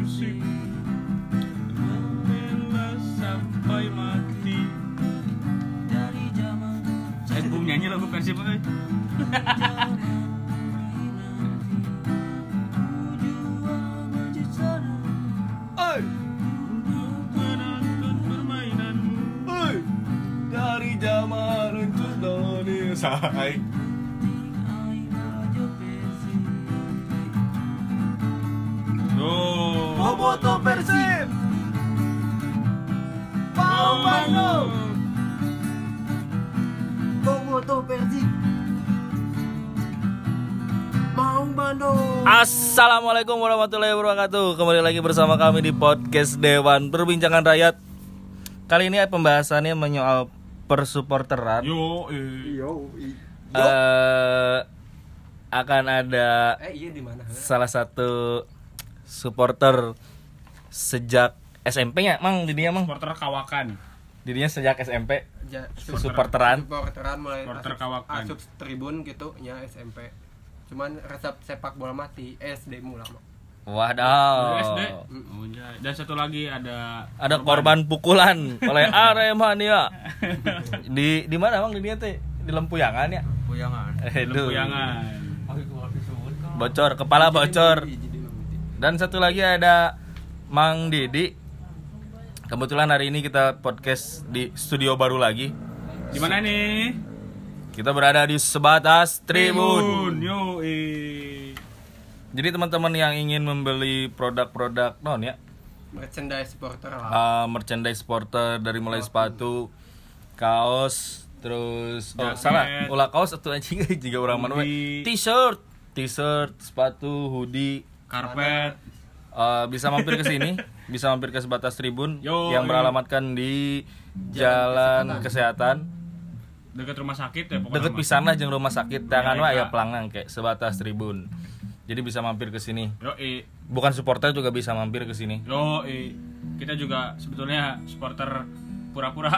Persib membela sampai mati. Bung nyanyi lagu Persib euy. Oi, Menonton permainanmu. oi, dari zaman uncus Indonesia. Yo. Boboto Persib. Maung Bandung. Boboto Persib. Maung Bandung. Assalamualaikum warahmatullahi wabarakatuh. Kembali lagi bersama kami di podcast Dewan Perbincangan Rakyat. Kali ini pembahasannya menyoal persupporteran. Yo. Akan ada Iya di mana? salah satu supporter sejak SMP-nya, Mang, didinya Mang. Supporter Kawakan. Didinya sejak SMP Supporteran. Supporteran mulai Supporter asup- Kawakan. asup tribun gitu nya SMP. Cuman resep sepak bola mati SD mula mah. Waduh. SD. Oh, iya. Dan satu lagi ada Korban pukulan oleh Aremania. Di mana Mang didinya teh? Di Lempuyangan ya? Puyangan. Lempuyangan. Bocor, kepala bocor. Dan satu lagi ada Mang Didi. Kebetulan hari ini kita podcast di studio baru lagi. Di mana nih? Kita berada di sebatas Tribun. Yo. Jadi teman-teman yang ingin membeli produk-produk ya, Merchandise supporter lah. merchandise supporter dari mulai sepatu, kaos, terus Jaket. ulah kaos atau anjing juga orang mana we. Hoodie. T-shirt, sepatu, hoodie. Karpet. Bisa mampir ke sini, bisa mampir ke sebatas Tribun Yo, yang beralamatkan di Jalan Kesehatan. Dekat rumah sakit ya pokoknya. Deket pisan lah jeung rumah sakit. Tangan Iya, mah iya. aya pelangang kayak sebatas Tribun. Jadi bisa mampir ke sini. Yo. Bukan supporter juga bisa mampir ke sini. Yo. Kita juga sebetulnya supporter pura-pura.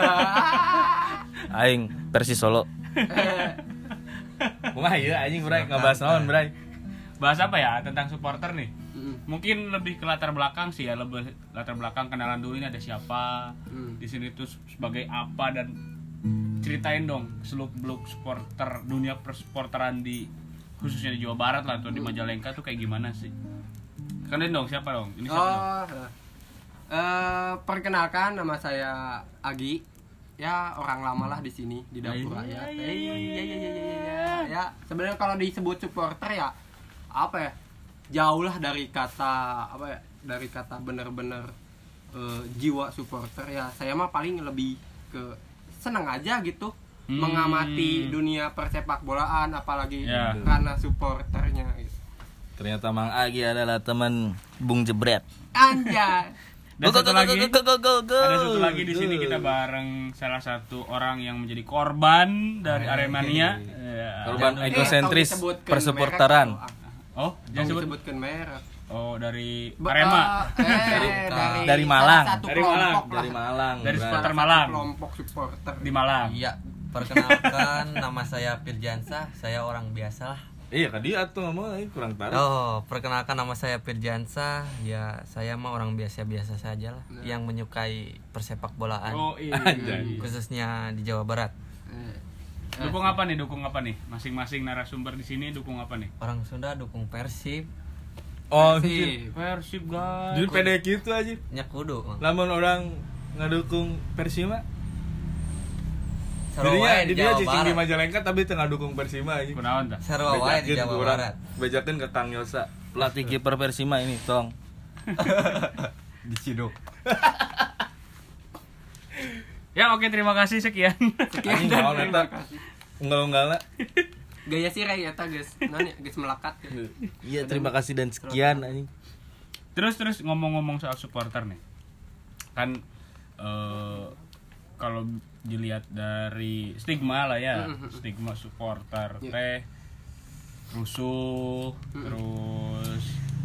Aing Persis Solo. Kumaha ieu anjing bray ngabahas naon bray? Bahas apa ya tentang supporter nih? Mungkin lebih ke latar belakang sih ya, lebih latar belakang kenalan dulu ini ada siapa, di sini tuh sebagai apa, dan ceritain dong seluk-beluk supporter, dunia persporteran di khususnya di Jawa Barat lah atau di Majalengka tuh kayak gimana sih? Kenalin dong siapa dong? Ini siapa dong? Perkenalkan nama saya Agi. Ya orang lama lah di sini di dapur rakyat. Ya sebenarnya kalau disebut supporter ya apa ya? Jauh lah dari kata apa ya? Dari kata bener-bener jiwa supporter ya. Saya mah paling lebih ke seneng aja gitu mengamati dunia persepak bolaan, apalagi Ya. karena supporternya gitu. Ternyata Mang Agi adalah teman Bung Jebret. Anjay. Dan satu lagi, Go. ada satu lagi di sini kita bareng salah satu orang yang menjadi korban dari Aremania. Ya. Korban Jangan- egosentris tong disebutkeun persupporteran. merek, Oh, Jangan jangan sebut. disebutkan merek. Oh, dari Arema. Dari Malang. salah satu Dari Malang. kelompok lah. Dari Malang. Dari Bray. supporter Salah satu Malang. kelompok supporter Di Malang. Iya, perkenalkan nama saya Firjansa, saya orang biasa lah. Iya kan dia tuh ngomong kurang tahu. Oh, perkenalkan nama saya Firjansa, ya saya mah orang biasa-biasa saja lah, yang menyukai persepak bolaan, Oh, iya. khususnya di Jawa Barat. Dukung apa nih? Dukung apa nih? Masing-masing narasumber di sini dukung apa nih? Orang Sunda dukung Persib, Oh, Persib. Persib, guys. jadi pede gitu aja. nya kudu. Mang. Lamun orang ngedukung Persima, Sarua jadinya wae di dia Jawa cicing di Barat. Majalengka tapi tengah dukung Persima aja. Kunaon tah? Sarua wae di Jawa Barat. Bejakeun ke Kang Yosa, pelatih kiper Persima ini, tong. Di Ciduk. Ya, oke, terima kasih sekian. Sekian Anjing dan naon terima eta? kasih. Enggak. Gaya sih Ray eta guys. Nanya guys melekat gitu. Iya, terima kasih dan sekian anjing. Terus ngomong-ngomong soal supporter nih. Kan kalau dilihat dari stigma lah ya, stigma supporter teh rusuh, terus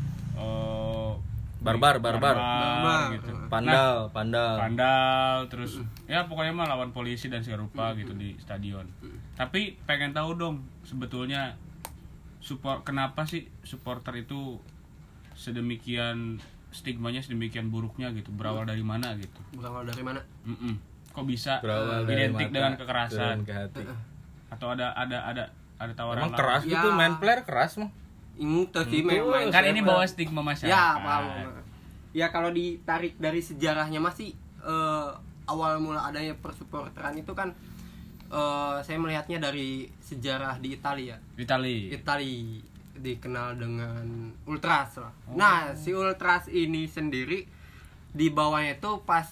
Barbar. gitu. Pandal. Pandal, terus ya pokoknya mah lawan polisi dan segala rupa gitu di stadion. Tapi pengen tahu dong sebetulnya kenapa sih supporter itu sedemikian stigmanya sedemikian buruknya gitu? Berawal dari mana gitu? Berawal dari mana? Kok bisa Berawal dari identik mata, dengan kekerasan? turun ke hati. Atau ada tawaran Emang keras Ya. gitu main player keras mah. Itu sih memang. kan ini bawa stigma masyarakat. Ya, paham. Ya kalau ditarik dari sejarahnya masih awal mula adanya persupporteran itu kan saya melihatnya dari sejarah di Italia. Itali dikenal dengan ultras lah. Nah, si ultras ini sendiri dibawanya itu pas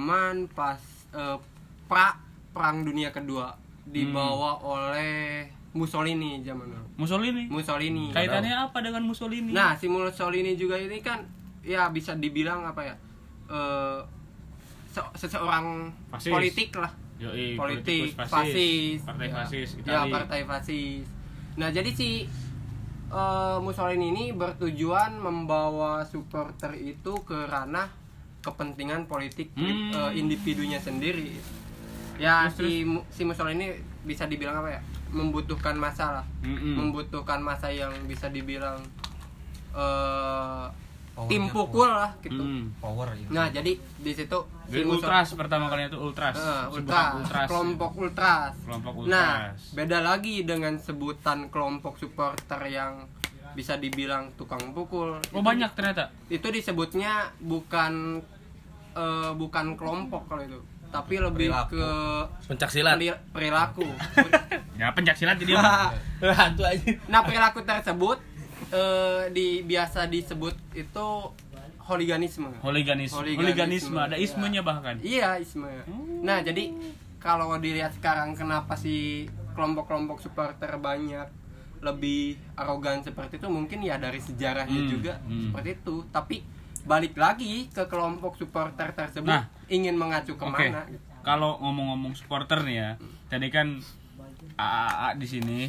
perang dunia kedua dibawa oleh Mussolini zaman dulu. Mussolini. Kaitannya apa dengan Mussolini? Nah, si Mussolini juga ini kan ya bisa dibilang apa ya? Seseorang Fasis. politik lah. Yoi, Politik, politikus fasis. partai Ya. fasis Ya, Itali. partai fasis. Nah, jadi si Mussolini ini bertujuan membawa supporter itu ke ranah kepentingan politik individunya sendiri. Ya, si Mussolini bisa dibilang apa ya? Membutuhkan masa lah. Membutuhkan masa yang bisa dibilang tim pukul lah gitu. Power ya. Nah, jadi di situ Jadi ultras pertama kalinya itu ultras. Sebutan kelompok ultras. Kelompok Nah, ultras. beda lagi dengan sebutan kelompok supporter yang bisa dibilang tukang pukul. Oh, banyak ternyata. Itu disebutnya bukan kelompok kalau itu, tapi lebih Perilaku. ke Pencaksilat. perilaku. Ya pencak silat jadi apa? Hantu aja. Nah, perilaku tersebut biasa disebut itu hooliganisme. Hooliganisme, ada ismenya bahkan. Iya, isme. Nah, jadi kalau dilihat sekarang kenapa sih kelompok-kelompok supporter banyak lebih arogan seperti itu, mungkin ya dari sejarahnya juga seperti itu. Tapi balik lagi ke kelompok supporter tersebut, Nah, ingin mengacu Oke. kemana? Kalau ngomong-ngomong supporter nih ya, tadi kan AA di sini.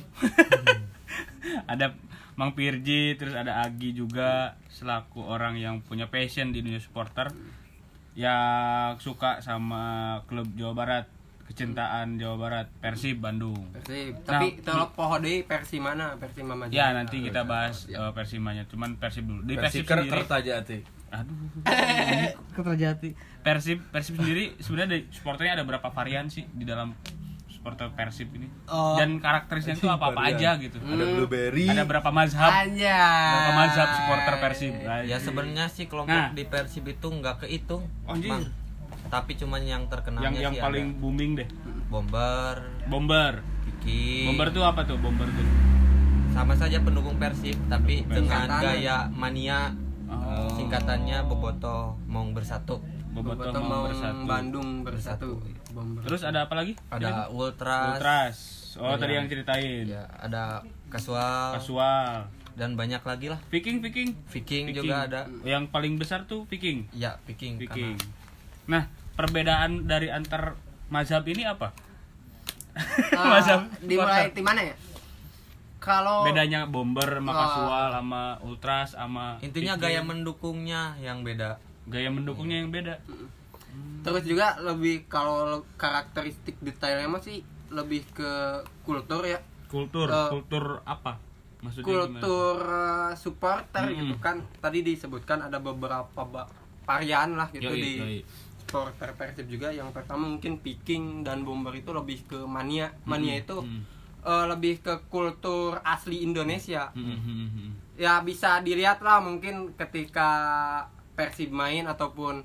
Ada Mang Pirji, terus ada Agi juga selaku orang yang punya passion di dunia supporter, yang suka sama klub Jawa Barat, kecintaan Jawa Barat, Persib Bandung. Persib. Tapi tolong poho deui Persi mana? Persi Mama Ya nanti kita bahas Persimanya, cuman Persib dulu. Di Persib sendiri, Kertajati. aduh, Kertajati. Persib sendiri sebenarnya supporternya ada berapa varian sih di dalam supporter Persib ini? Dan karakteristiknya itu apa-apa aja gitu. Ada blueberry. Ada berapa mazhab? Anjay. Berapa mazhab supporter Persib? Ya sebenarnya sih kelompok Nah. di Persib itu nggak kehitung, Anjir. Mang. Tapi cuman yang terkenalnya yang sih paling ada booming deh. Bomber, Bomber. Kiki. Bomber tuh apa tuh? Bomber tuh. Sama saja pendukung Persib tapi Pendukung dengan Persib. gaya mania. Oh. Singkatannya Boboto Mong Bersatu. Bobotoh Bobotoh mau mau bersatu. Bandung bersatu. Bomber. Terus ada apa lagi? Ada Ultras. Ultras. Oh, Ada tadi yang ceritain. Ya, ada Kasual Kasual. dan banyak lagi lah. Viking. Viking juga ada. Yang paling besar tuh Viking. Ya, Viking. Viking. karena- Nah, perbedaan dari antar mazhab ini apa? Dimulai di mana ya? Kalau Bedanya Bomber sama Ah. Kasual sama Ultras sama Intinya Viking. gaya mendukungnya yang beda. Gaya mendukungnya yang beda. terus juga lebih kalau karakteristik detailnya masih lebih ke kultur ya. Kultur apa? Maksudnya gimana? Kultur supporter Mm-mm. gitu kan. Tadi disebutkan ada beberapa varian lah gitu Yoi, di yoi. supporter Persib juga. Yang pertama mungkin Viking dan Bomber itu lebih ke mania. Mania itu lebih ke kultur asli Indonesia. Ya bisa dilihat lah mungkin ketika Persib main ataupun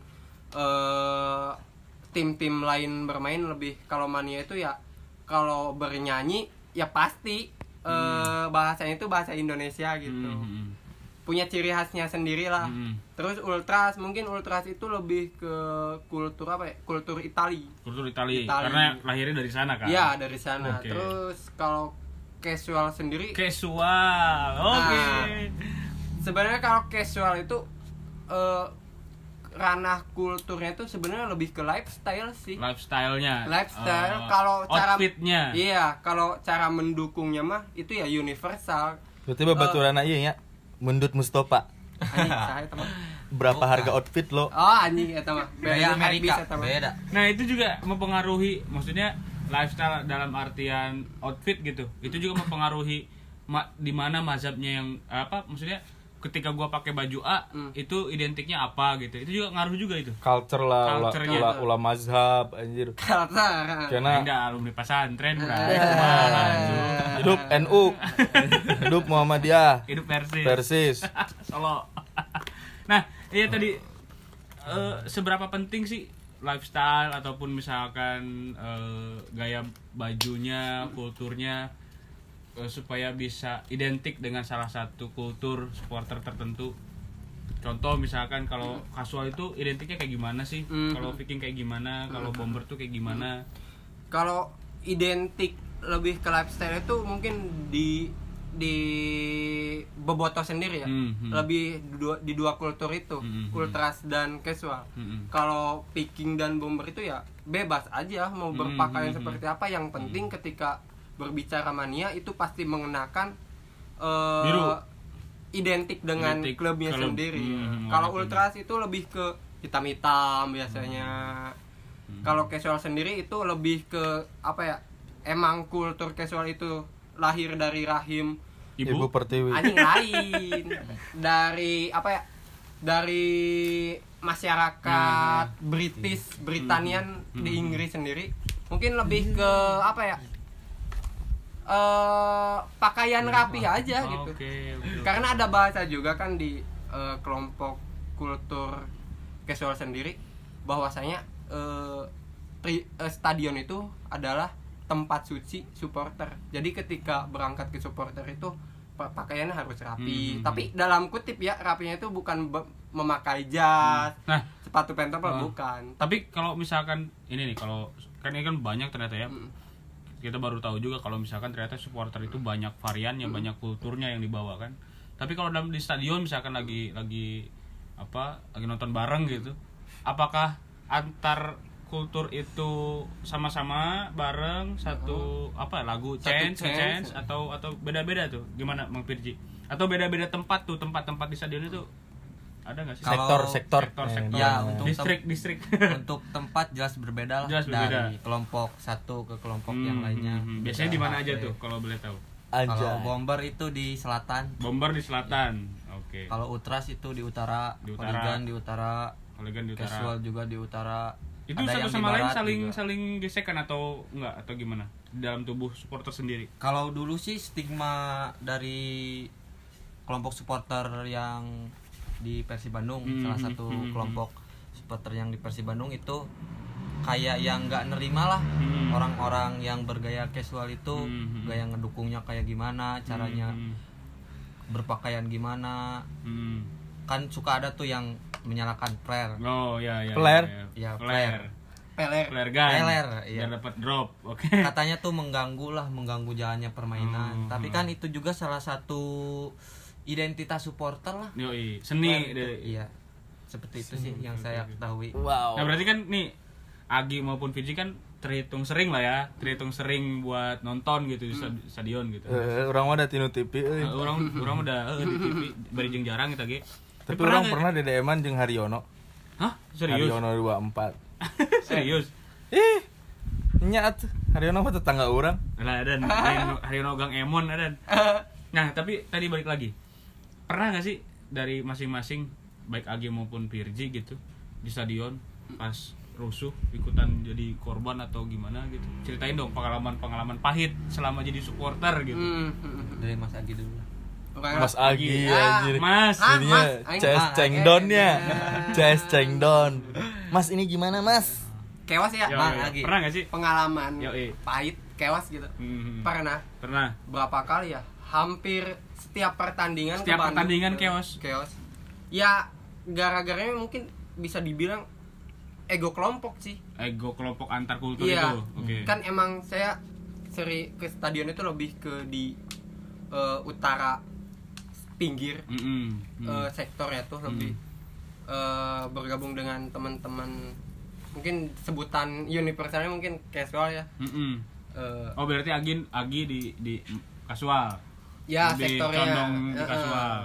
tim-tim lain bermain, lebih kalau mania itu ya kalau bernyanyi ya pasti bahasanya itu bahasa Indonesia gitu. Punya ciri khasnya sendiri lah. Terus Ultras, mungkin Ultras itu lebih ke kultur apa ya? Kultur Itali. Kultur Itali. Itali. Karena lahirnya dari sana kan. Iya, dari sana. Oke. Terus kalau casual sendiri Casual. Oke. Nah, sebenarnya kalau casual itu ranah kulturnya itu sebenarnya lebih ke lifestyle sih. Lifestyle-nya. Lifestyle kalau cara outfitnya. Iya, kalau cara mendukungnya mah itu ya universal. Berarti babaturan ieu nya Mundut Mustofa. Anjing saya teman. Berapa harga outfit lo? Oh, anjing eta mah. Gaya Amerika Bisa, teman. beda. Nah, itu juga mempengaruhi, maksudnya lifestyle dalam artian outfit gitu. Itu juga mempengaruhi di mana mazhabnya yang apa? Maksudnya ketika gua pakai baju A itu identiknya apa gitu. Itu juga ngaruh juga itu. Culture lah, Culture-nya. ulah mazhab anjir. Kaltar. Karena Ada alumni pesantren, hidup NU. Hidup Muhammadiyah. hidup Persis. Persis. Solo. Nah, iya tadi seberapa penting sih lifestyle ataupun misalkan gaya bajunya, kulturnya supaya bisa identik dengan salah satu kultur supporter tertentu. Contoh misalkan kalau kasual itu identiknya kayak gimana sih? Kalau Viking kayak gimana? Kalau Bomber tuh kayak gimana? Kalau identik lebih ke lifestyle itu mungkin di Boboto sendiri ya. Lebih di dua kultur itu, ultras dan casual. Kalau Viking dan Bomber itu ya bebas aja mau berpakaian seperti apa, yang penting ketika berbicara mania itu pasti mengenakan Biru. identik dengan klubnya sendiri. Kalau ultras itu lebih ke hitam-hitam biasanya. Kalau casual sendiri itu lebih ke apa ya? Emang kultur casual itu lahir dari rahim Ibu Pertiwi. anjing lain. Dari apa ya? Dari masyarakat British, Britanian di Inggris sendiri. Mungkin lebih ke apa ya? Pakaian rapi aja gitu. Karena ada bahasa juga kan di kelompok kultur casual sendiri bahwasanya stadion itu adalah tempat suci supporter. Jadi ketika berangkat ke supporter itu pakaiannya harus rapi. Tapi dalam kutip ya, rapinya itu bukan memakai jas, sepatu pentopel bukan. Tapi kalau misalkan ini nih, kalau kan ini kan banyak ternyata ya. Kita baru tahu juga kalau misalkan ternyata supporter itu banyak variannya, banyak kulturnya yang dibawa kan. Tapi kalau di stadion misalkan lagi nonton bareng gitu, apakah antar kultur itu sama-sama bareng satu lagu chance atau beda-beda tuh? Gimana Mang Pirji? Atau beda-beda tempat tempat di stadion itu ada nggak sih? Sektor. Ya, untuk distrik. Untuk tempat jelas berbeda lah. Dari kelompok satu ke kelompok yang lainnya. Biasanya di mana aja tuh kalau boleh tahu? Kalau Bomber itu di selatan. Bomber di selatan. Oke. Kalau Ultras itu di utara. Hooligan di utara. Casual juga di utara. Itu ada satu sama lain juga. saling gesekan atau enggak atau gimana dalam tubuh supporter sendiri? Kalau dulu sih stigma dari kelompok supporter yang di Persib Bandung, salah satu kelompok supporter yang di Persib Bandung itu kayak yang nggak nerima lah orang-orang yang bergaya casual itu, gaya ngedukungnya kayak gimana, caranya berpakaian gimana. Kan suka ada tuh yang menyalakan flare. Oh ya. Flare? Ya, Flare gun. Peler, iya. Biar dapat drop. Oke. Katanya tuh mengganggu jalannya permainan. Tapi kan itu juga salah satu identitas supporter lah. Yoi, seni. Iya. Seperti itu sih yang saya ketahui. Wow. Nah, berarti kan nih Agi maupun Fiji kan terhitung sering buat nonton gitu di stadion gitu. Orang mah da tinu TV euy. Orang udah di TV bari jeung jarang kita ge. Tapi orang pernah DDM-an jeung Haryono. Hah? Serius? Haryono 24. Serius? Nya atuh. Haryono mah tetangga urang. Lah dan Haryono Gang Emon adan. Nah, tapi tadi balik lagi. Pernah gak sih dari masing-masing baik Agi maupun Pirji gitu di stadion pas rusuh ikutan jadi korban atau gimana gitu? Ceritain dong pengalaman pahit selama jadi supporter gitu. Dari Mas Agi dulu. Mas Agi anjir. Mas. Jadinya CS Cengdon ya. CS Cengdon. Mas ini gimana, Mas? Kewas ya, Agi. Pernah gak sih pengalaman pahit kewas gitu? Pernah. Berapa kali ya? Hampir setiap pertandingan kewas. Ya gara-garanya mungkin bisa dibilang ego kelompok sih. Ego kelompok antar kultur itu. Oke. Kan emang saya sering ke stadion itu lebih ke di utara pinggir sektor ya tuh lebih bergabung dengan teman-teman, mungkin sebutan universalnya mungkin casual ya. Oh berarti Agi di kasual. Ya lebih sektornya condong di kasual.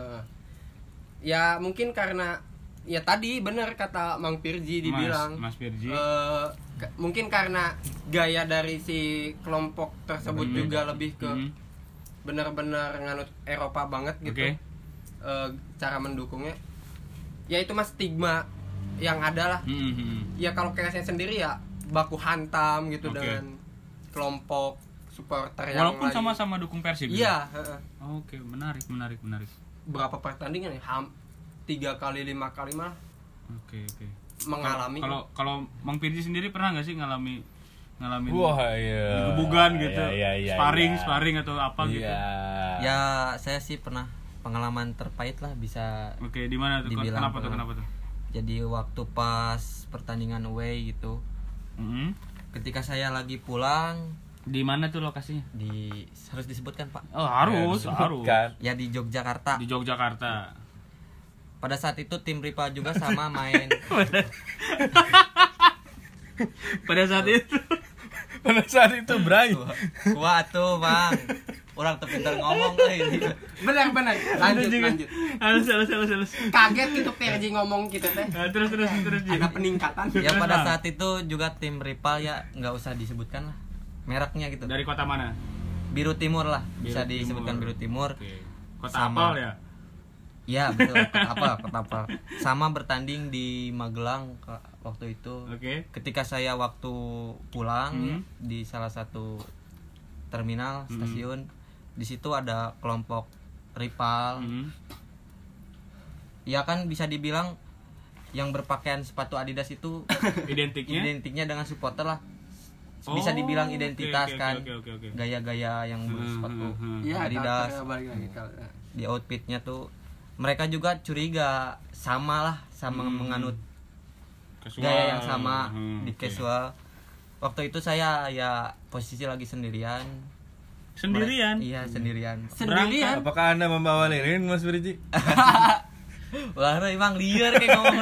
Ya mungkin karena ya tadi benar kata Mang Pirji dibilang. Mas Pirji. Mungkin karena gaya dari si kelompok tersebut juga lebih ke benar-benar nganut Eropa banget gitu. cara mendukungnya ya itu mas stigma yang ada lah. Ya kalau KSN sendiri ya baku hantam gitu dengan kelompok supporter yang walaupun sama-sama dukung Persib. Iya. Oke, menarik. Berapa pertandingan ya? 3 kali 5 kali mah. Oke. Mengalami. Kalau Mang Pirji sendiri pernah nggak sih ngalamin Wah, iya. gebugan gitu, Iya, sparring atau apa gitu? Ya saya sih pernah pengalaman terpahit lah bisa. Oke, di mana tuh? Dibilang Kenapa tuh? Jadi waktu pas pertandingan away gitu, ketika saya lagi pulang, Di mana tuh lokasinya? harus disebutkan Pak? Oh, harus. Ya di Yogyakarta. Di Yogyakarta. Pada saat itu tim Ripa juga sama main. Pada saat itu Bray. Wah tuh Bang, orang tuh pintar ngomong ini. Benar. Lanjut. Halus. Kaget gitu Perji ngomong gitu teh. Terus. Ada peningkatan. Ya pada saat itu juga tim Ripa ya nggak usah disebutkan lah mereknya gitu. Dari kota mana? Biru Timur lah, bisa Biru disebutkan Timur. Biru Timur. Oke. Kota Sama. Apal ya? Ya betul, kota Apal. Sama bertanding di Magelang waktu itu. Oke. Ketika saya waktu pulang di salah satu terminal stasiun, di situ ada kelompok rival. Ya kan bisa dibilang yang berpakaian sepatu Adidas itu identiknya dengan supporter lah. Bisa dibilang identitas kan. Oke. Gaya-gaya yang bersepatu Iya, Adidas. balik lagi kalau Di outfitnya tuh mereka juga curiga sama menganut Casual. gaya yang sama di Oke. casual. Waktu itu saya ya posisi lagi sendirian. Iya sendirian. sendirian. Apakah Anda membawa lilin, Mas Birji? Wah, emang liar kayak ngomong.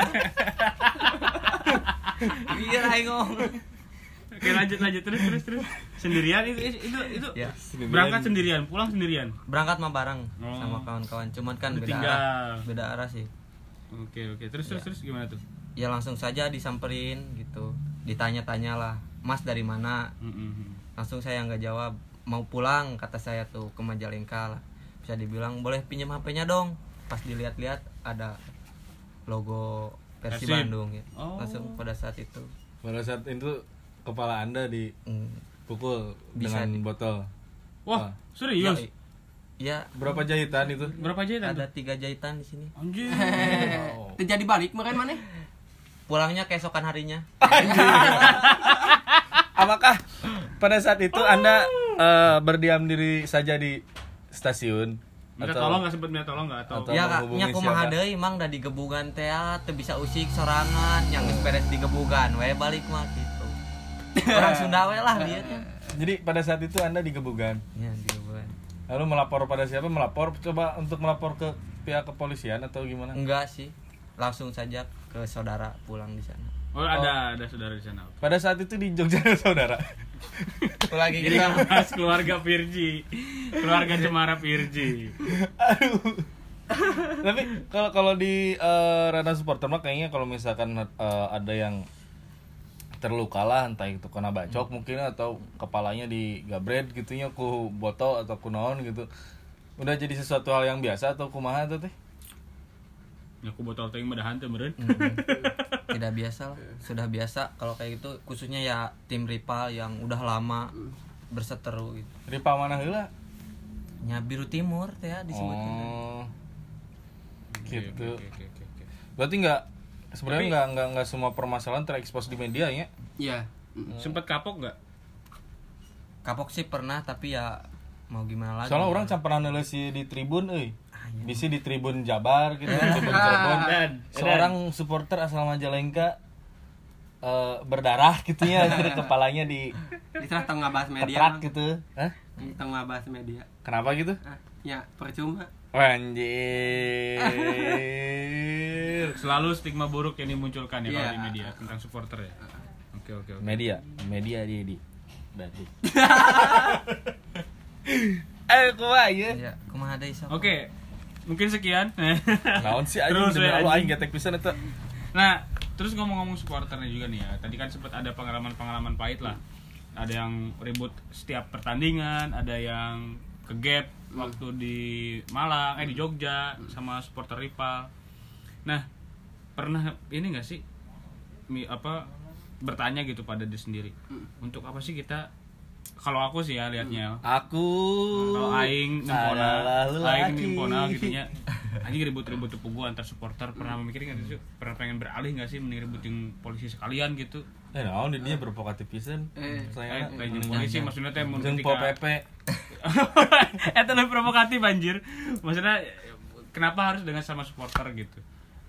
Liar aja ngomong. Oke, lanjut terus. Sendirian itu Ya, berangkat sendirian, pulang sendirian. berangkat mah bareng Oh. sama kawan-kawan. Cuman kan Ditinggal. beda arah sih. Oke. Terus gimana tuh? Ya langsung saja disamperin gitu. Ditanya-tanya lah, "Mas dari mana?" Langsung saya nggak jawab. Mau pulang kata saya tuh ke Majalengka lah. Bisa dibilang, "Boleh pinjam HP-nya dong." Pas dilihat-lihat ada logo Persib Persib. Bandung ya. Oh. Langsung pada saat itu Pada saat itu kepala Anda dipukul Bisa dengan botol. Wah, serius? ya Berapa jahitan itu? Berapa jahitan ada tuh? 3 jahitan di sini. Anjir. Terjadi balik meren mana? Pulangnya keesokan harinya. Apakah pada saat itu Anda berdiam diri saja di stasiun? Minta Atau- tolong nggak sempet minta tolong nggak atau Atau- Ya menghubungi nya kumaha siapa? deui mang da digebugan teh teu bisa usik sorangan yang geus beres digebugan we balik mah gitu. Orang Sunda we lah dia teh. Jadi pada saat itu Anda digebugan. Ya digebugan. Lalu melapor pada siapa? Coba untuk melapor ke pihak kepolisian atau gimana? Enggak sih. Langsung saja ke saudara pulang di sana. Oh, ada saudara di sana. Pada saat itu di Jogja ada saudara. Lagi Jadi bahas keluarga Pirji, keluarga Cemara Pirji. Aduh. Tapi kalau di ranah supporter mah kayaknya kalau misalkan ada yang terluka lah, entah itu kena bacok mungkin atau kepalanya digabret gitunya ku botol atau ku naon gitu. Udah jadi sesuatu hal yang biasa atau kumaha tuh teh? Aku botol teh mah dahan teh meureun. Tidak biasa lah. Sudah biasa kalau kayak gitu khususnya ya tim rival yang udah lama berseteru gitu. Ripa mana heula? Nya Biru Timur teh ya disebutnya. Oh. Gitu. Oke. Berarti sebenarnya nggak semua permasalahan terekspos di media ya? Iya. Sempet kapok nggak? Kapok sih pernah tapi ya mau gimana lagi. Soalnya orang campuran sih di tribun bisa di tribun Jabar gitu, tribun Cirebon. Seorang supporter asal Majalengka berdarah gitu ya, akhirnya kepalanya di Kita tengah bahas media. ketrak Mang. gitu. Hah? Tengah bahas media. Kenapa gitu? Ya, percuma. Anjir. Selalu stigma buruk yang dimunculkan ya kalau Iya. di media tentang supporter ya. Oke. Media dia di. Berarti. Kumaha ya? Ya, kumaha deui sok. Oke. Mungkin sekian. Naon sih anjing Terus, demi we, Allah anjing. aing getek pisan eta. Nah, terus ngomong-ngomong supporternya juga nih ya. Tadi kan sempat ada pengalaman pahit lah. Ada yang ribut setiap pertandingan, ada yang ke Gap waktu di Malang, di Jogja sama supporter rival. Nah, pernah ini nggak sih bertanya gitu pada diri sendiri, untuk apa sih kita, kalau aku sih ya liatnya, kalau aing nimpona gitunya, anjing ribut-ribut tuh gua antar supporter, pernah memikirin nggak sih, pernah pengen beralih nggak sih mending ributin polisi sekalian gitu? Naon dia berprovokatif pisan. Saya jeung polisi maksudnya teh mun jeung Pol PP. Eta lebih provokatif anjir. Maksudnya kenapa harus dengan sama supporter gitu?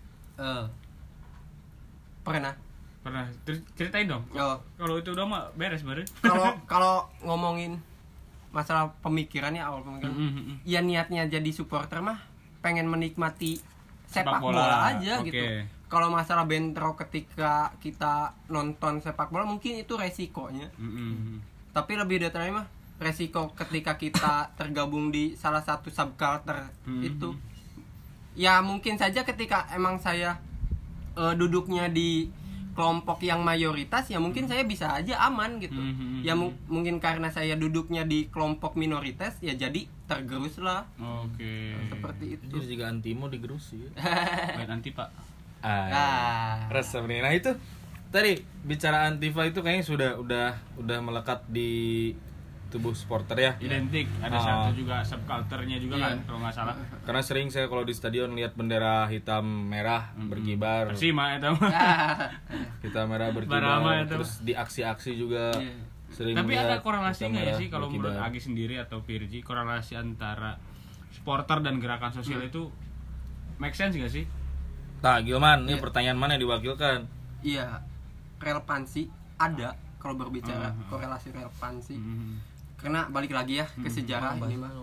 Pernah ceritain dong. Kalau itu udah mah beres bener. Kalau ngomongin masalah pemikirannya, awal pemikiran, ya niatnya jadi supporter mah pengen menikmati sepak bola aja gitu. Kalau masalah bentrok ketika kita nonton sepak bola mungkin itu resikonya. Tapi lebih detailnya mah resiko ketika kita tergabung di salah satu subculture itu. Ya mungkin saja ketika emang saya duduknya di kelompok yang mayoritas, ya mungkin saya bisa aja aman gitu. Ya mungkin karena saya duduknya di kelompok minoritas, ya jadi tergerus lah. Seperti itu. Jadi juga antimo digerus ya. Main anti Pak. Resep nih. Nah itu tadi bicara Antifa itu kayaknya udah melekat di tubuh supporter ya. Identik. Ada satu juga subculture-nya juga kan kalau nggak salah. Karena sering saya kalau di stadion lihat bendera hitam merah berkibar. Persima itu. Hitam merah berkibar. Terus di aksi-aksi juga sering. Tapi ada korelasi nggak sih kalau menurut Agi sendiri atau Virgi, korelasi antara supporter dan gerakan sosial itu make sense nggak sih? Nah, Gilman, ini pertanyaan mana yang diwakilkan? Iya, relevansi ada kalau berbicara korelasi relevansi. Karena balik lagi ya ke sejarah ini mah.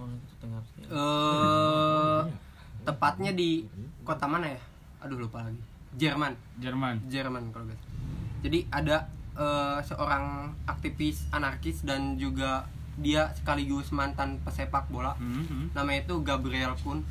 Tepatnya di kota mana ya? Aduh lupa lagi. Jerman kalau gitu. Jadi ada seorang aktivis anarkis dan juga dia sekaligus mantan pesepak bola. Namanya itu Gabriel Kuhn.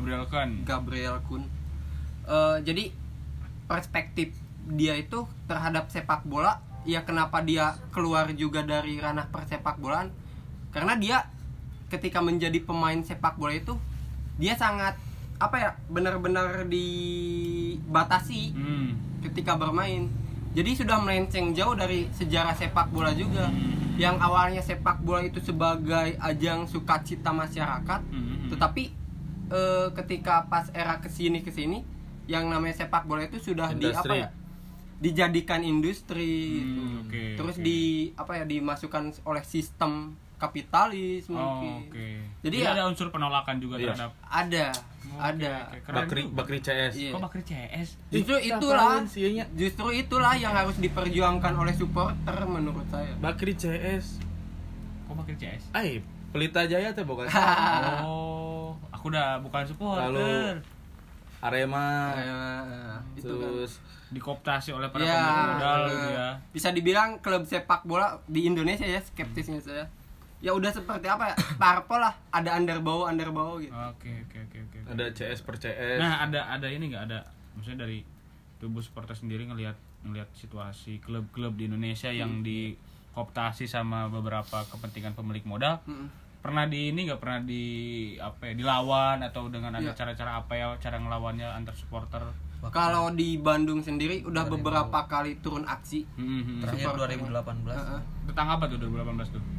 Jadi perspektif dia itu terhadap sepak bola, ya kenapa dia keluar juga dari ranah persepak bolaan, karena dia ketika menjadi pemain sepak bola itu dia sangat benar-benar dibatasi ketika bermain. Jadi sudah melenceng jauh dari sejarah sepak bola juga. Yang awalnya sepak bola itu sebagai ajang sukacita masyarakat, tetapi ketika pas era kesini yang namanya sepak bola itu sudah dijadikan industri gitu. Terus dimasukkan oleh sistem kapitalis mungkin. Jadi ada unsur penolakan juga terhadap. Ada. Bakri CS. Iya. Kok Bakri CS? Justru itulah yang harus diperjuangkan oleh supporter menurut saya. Bakri CS. Kok Bakri CS? Pelita Jaya teh bukan. Aku udah bukan supporter. Lalu Arema itu terus kan dikooptasi oleh para pemilik modal gitu ya. Bisa dibilang klub sepak bola di Indonesia ya, skeptisnya saya. Ya udah seperti apa ya? Parpol lah, ada underbow gitu. Oke. Ada CS per CS. Nah, ada ini enggak ada, maksudnya dari tubuh supporter sendiri ngelihat situasi klub-klub di Indonesia yang dikooptasi sama beberapa kepentingan pemilik modal. Pernah dilawan atau dengan ada cara-cara cara ngelawannya antar supporter? Kalau di Bandung sendiri udah beberapa kali turun aksi. Terakhir 2018. Tentang apa tuh 2018 tuh?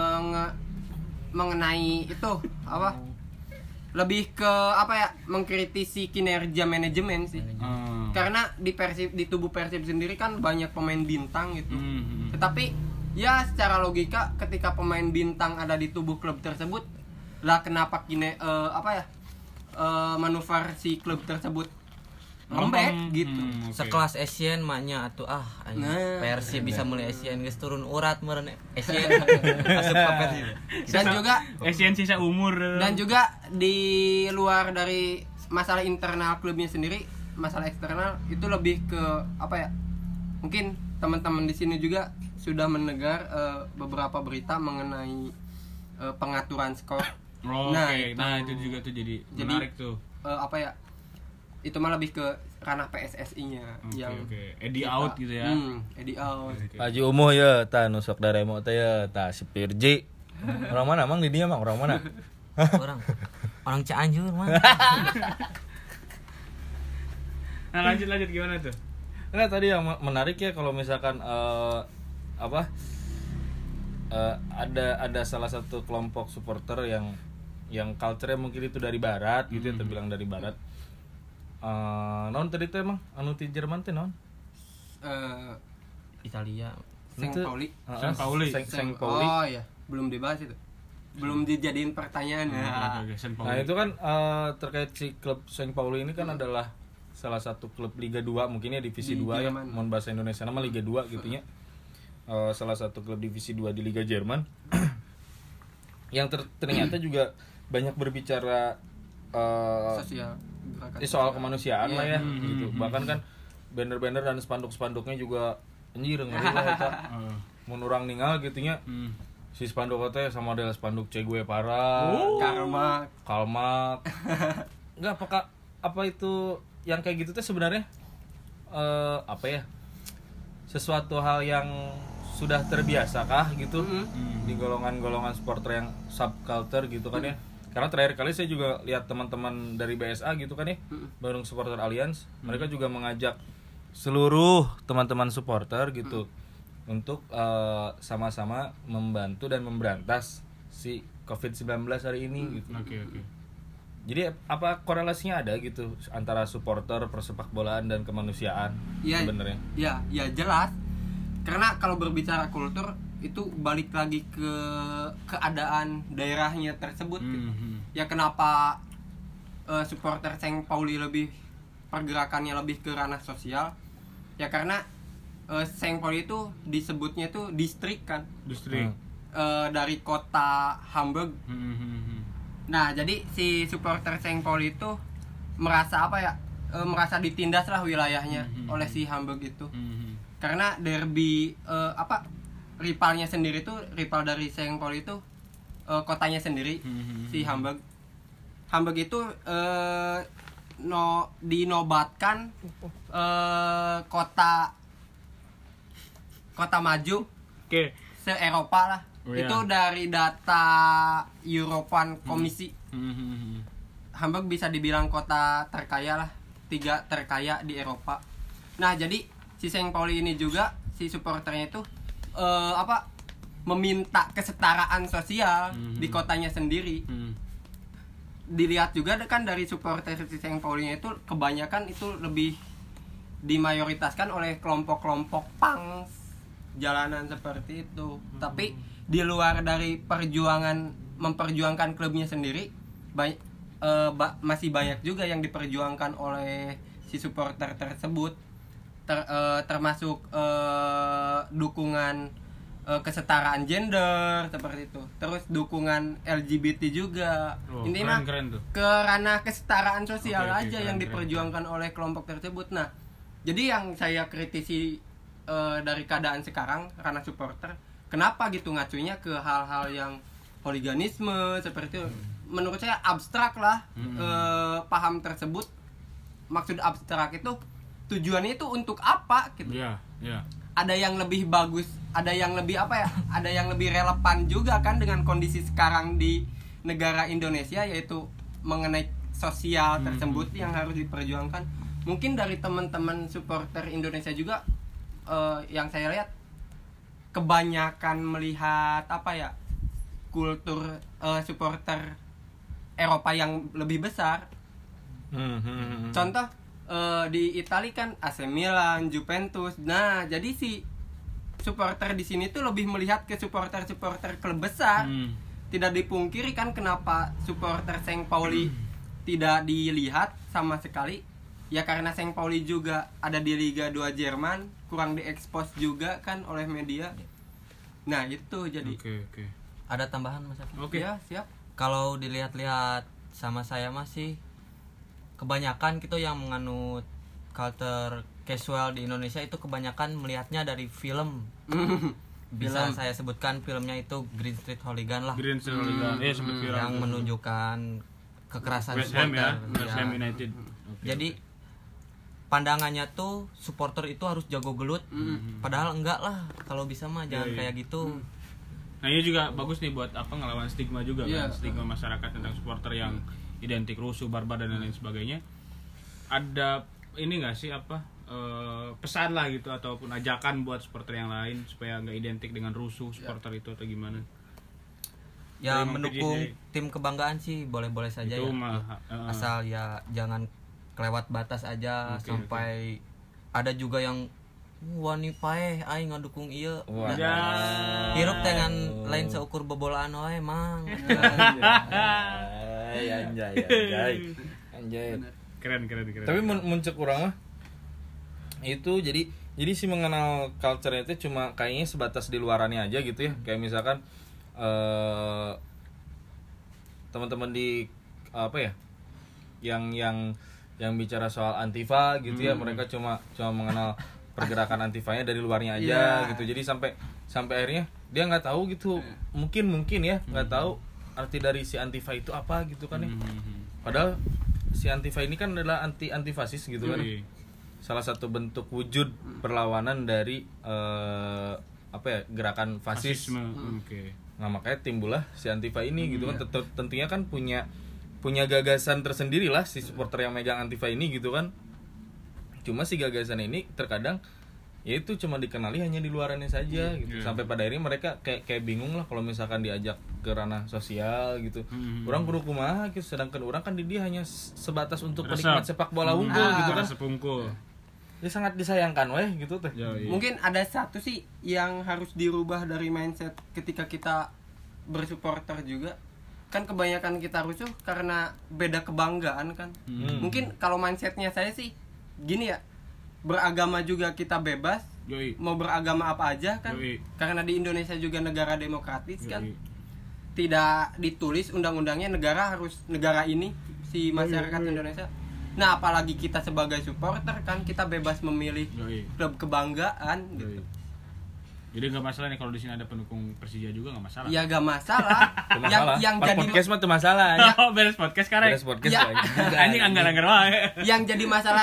Mengenai itu lebih ke mengkritisi kinerja manajemen sih. Karena di tubuh Persib sendiri kan banyak pemain bintang gitu. Tetapi ya secara logika ketika pemain bintang ada di tubuh klub tersebut, lah kenapa manuver si klub tersebut lembek gitu. Sekelas Asian maknya atuh Persib bisa mulai Asian geus turun urat meureun Asian asup ka Persib. Dan juga Asian sisa umur. Dan juga di luar dari masalah internal klubnya sendiri, masalah eksternal itu lebih ke mungkin teman-teman di sini juga sudah mendengar beberapa berita mengenai pengaturan skor. Nah, itu juga tuh jadi menarik tuh. Itu mah lebih ke ranah PSSI-nya yang Edi out gitu ya. Edi out. Haji Umuh ya, nusok Daremo teh ya, si Pirji. Orang mana emang di dia orang mana? orang Cianjur mah. Nah, lanjut gimana tuh? Nah, tadi yang menarik ya kalau misalkan ada salah satu kelompok supporter yang culture-nya mungkin itu dari barat gitu ya, terbilang dari barat. Non tadi itu emang anu ti Jerman teh non? Italia. Saint Pauli. Saint Pauli. Oh iya, belum dibahas itu. Belum dijadiin pertanyaan. Nah, itu kan terkait si klub Saint Pauli ini kan adalah salah satu klub Liga 2, mungkin ya divisi 2 ya, mohon bahasa Indonesia nama Liga 2 gitu ya. Salah satu klub divisi 2 di Liga Jerman. Yang ternyata juga banyak berbicara Sosial. soal kemanusiaan lah ya gitu. Bahkan kan banner-banner dan spanduk-spanduknya juga anjir ngeri lah eta. Mun urang ningal gitu nya. Si spanduk teh sama model spanduk Che Guevara, Kalmak. Enggak apa itu yang kayak gitu teh sebenarnya sesuatu hal yang sudah terbiasa kah gitu di golongan-golongan supporter yang subculture gitu kan ya. Karena terakhir kali saya juga lihat teman-teman dari BSA gitu kan ya, Bandung Supporter Alliance, mereka juga mengajak seluruh teman-teman supporter gitu untuk sama-sama membantu dan memberantas si COVID-19 hari ini gitu. Oke. Jadi apa korelasinya ada gitu antara supporter, persepak bolaan dan kemanusiaan sebenarnya? Ya jelas. Karena kalau berbicara kultur itu balik lagi ke keadaan daerahnya tersebut gitu. Ya kenapa supporter Saint Pauli pergerakannya lebih ke ranah sosial? Ya karena Saint Pauli itu disebutnya itu distrik kan. Dari kota Hamburg. Nah, jadi si supporter Saint Pauli itu merasa merasa ditindas lah wilayahnya oleh si Hamburg itu. Karena derby rivalnya sendiri tuh, rival dari Saint Pauli itu kotanya sendiri, si Hamburg. Hamburg itu dinobatkan kota maju se-Eropa lah. Itu dari data European Komisi. Hamburg bisa dibilang kota terkaya lah, 3 terkaya di Eropa. Nah, jadi si Saint Pauli ini juga si supporternya itu meminta kesetaraan sosial di kotanya sendiri. Dilihat juga kan dari supporter si Saint Pauli itu kebanyakan itu lebih dimayoritaskan oleh kelompok-kelompok punk jalanan seperti itu. Tapi di luar dari memperjuangkan klubnya sendiri, masih banyak juga yang diperjuangkan oleh si supporter tersebut, termasuk dukungan kesetaraan gender seperti itu, terus dukungan LGBT juga. Intinya ke ranah kesetaraan sosial aja yang diperjuangkan oleh kelompok tersebut. Nah, jadi yang saya kritisi dari keadaan sekarang ranah supporter, kenapa gitu ngacunya ke hal-hal yang holiganisme seperti itu. Menurut saya abstrak lah paham tersebut. Maksud abstrak itu tujuannya itu untuk apa gitu. Ada yang lebih bagus, ada yang lebih ada yang lebih relevan juga kan dengan kondisi sekarang di negara Indonesia, yaitu mengenai sosial tersebut yang harus diperjuangkan. Mungkin dari teman-teman supporter Indonesia juga yang saya lihat kebanyakan melihat kultur supporter Eropa yang lebih besar. Contoh di Italia kan AC Milan, Juventus. Nah, jadi si supporter di sini tuh lebih melihat ke supporter klub besar. Tidak dipungkiri kan kenapa supporter Saint Pauli tidak dilihat sama sekali. Ya karena Saint Pauli juga ada di Liga 2 Jerman, kurang diekspos juga kan oleh media. Nah, itu jadi. Oke. Ada tambahan Mas Aki? Oke. Ya, siap. Kalau dilihat-lihat sama saya masih kebanyakan gitu yang menganut culture casual di Indonesia itu kebanyakan melihatnya dari film. Bisa saya sebutkan filmnya itu Green Street Hooligan lah. Green Street Hooligan. Sempat viral. Yang menunjukkan kekerasan West Ham supporter. West Ham United. Jadi pandangannya tuh supporter itu harus jago gelut. Padahal enggak lah, kalau bisa mah jangan kayak gitu. Nah ini juga bagus nih buat ngelawan stigma juga Iya. kan, stigma masyarakat tentang supporter yang identik rusuh, barbar dan lain sebagainya. Ada ini nggak sih pesan lah gitu ataupun ajakan buat supporter yang lain supaya nggak identik dengan rusuh supporter itu atau gimana? Ya Dari mendukung MPJ. tim kebanggaan sih boleh-boleh saja Itu ya. mah, Asal ya jangan kelewat batas aja Oke, sampai ada juga yang wani paeh aing ngadukung ieu. Wah. Ya. Hirup dengan lain seukur bebolaan wae mang. Anjay. Keren. Tapi muncul kurang mah itu jadi si mengenal culture itu cuma kayaknya sebatas di luarannya aja gitu ya. Kayak misalkan teman-teman di yang bicara soal Antifa gitu ya, mereka cuma mengenal pergerakan Antifanya dari luarnya aja gitu. Jadi sampai akhirnya dia nggak tahu gitu, mungkin ya nggak tahu arti dari si Antifa itu apa gitu kan ya. Padahal si Antifa ini kan adalah antifasis gitu kan. Salah satu bentuk wujud perlawanan dari gerakan fasis. Oke. Nah makanya timbullah si Antifa ini gitu kan. Tentunya kan punya gagasan tersendiri lah si supporter yang megang Antifa ini gitu kan. Cuma si gagasan ini terkadang ya itu cuma dikenali hanya di luarannya saja gitu. Sampai pada akhirnya mereka kayak bingung lah kalau misalkan diajak ke ranah sosial gitu. Orang kudu kumaha gitu, sedangkan orang kan di dia hanya sebatas untuk penikmat sepak bola unggul gitu kan. Sepungkul. Dia sangat disayangkan weh gitu teh. Mungkin ada satu sih yang harus dirubah dari mindset ketika kita bersupporter juga. Kan kebanyakan kita rusuh karena beda kebanggaan kan. Mungkin kalau mindsetnya saya sih gini ya, beragama juga kita bebas. Mau beragama apa aja kan. Karena di Indonesia juga negara demokratis kan. Tidak ditulis undang-undangnya negara ini si masyarakat Indonesia. Nah apalagi kita sebagai supporter kan kita bebas memilih klub kebanggaan gitu. Jadi nggak masalah nih kalau di sini ada pendukung Persija juga nggak masalah. Ya gak masalah. yang Pas jadi podcast mah tuh masalah ya. Oh, beres podcast sekarang. Beres podcast Ya. Anjing anggar-anggar wae. yang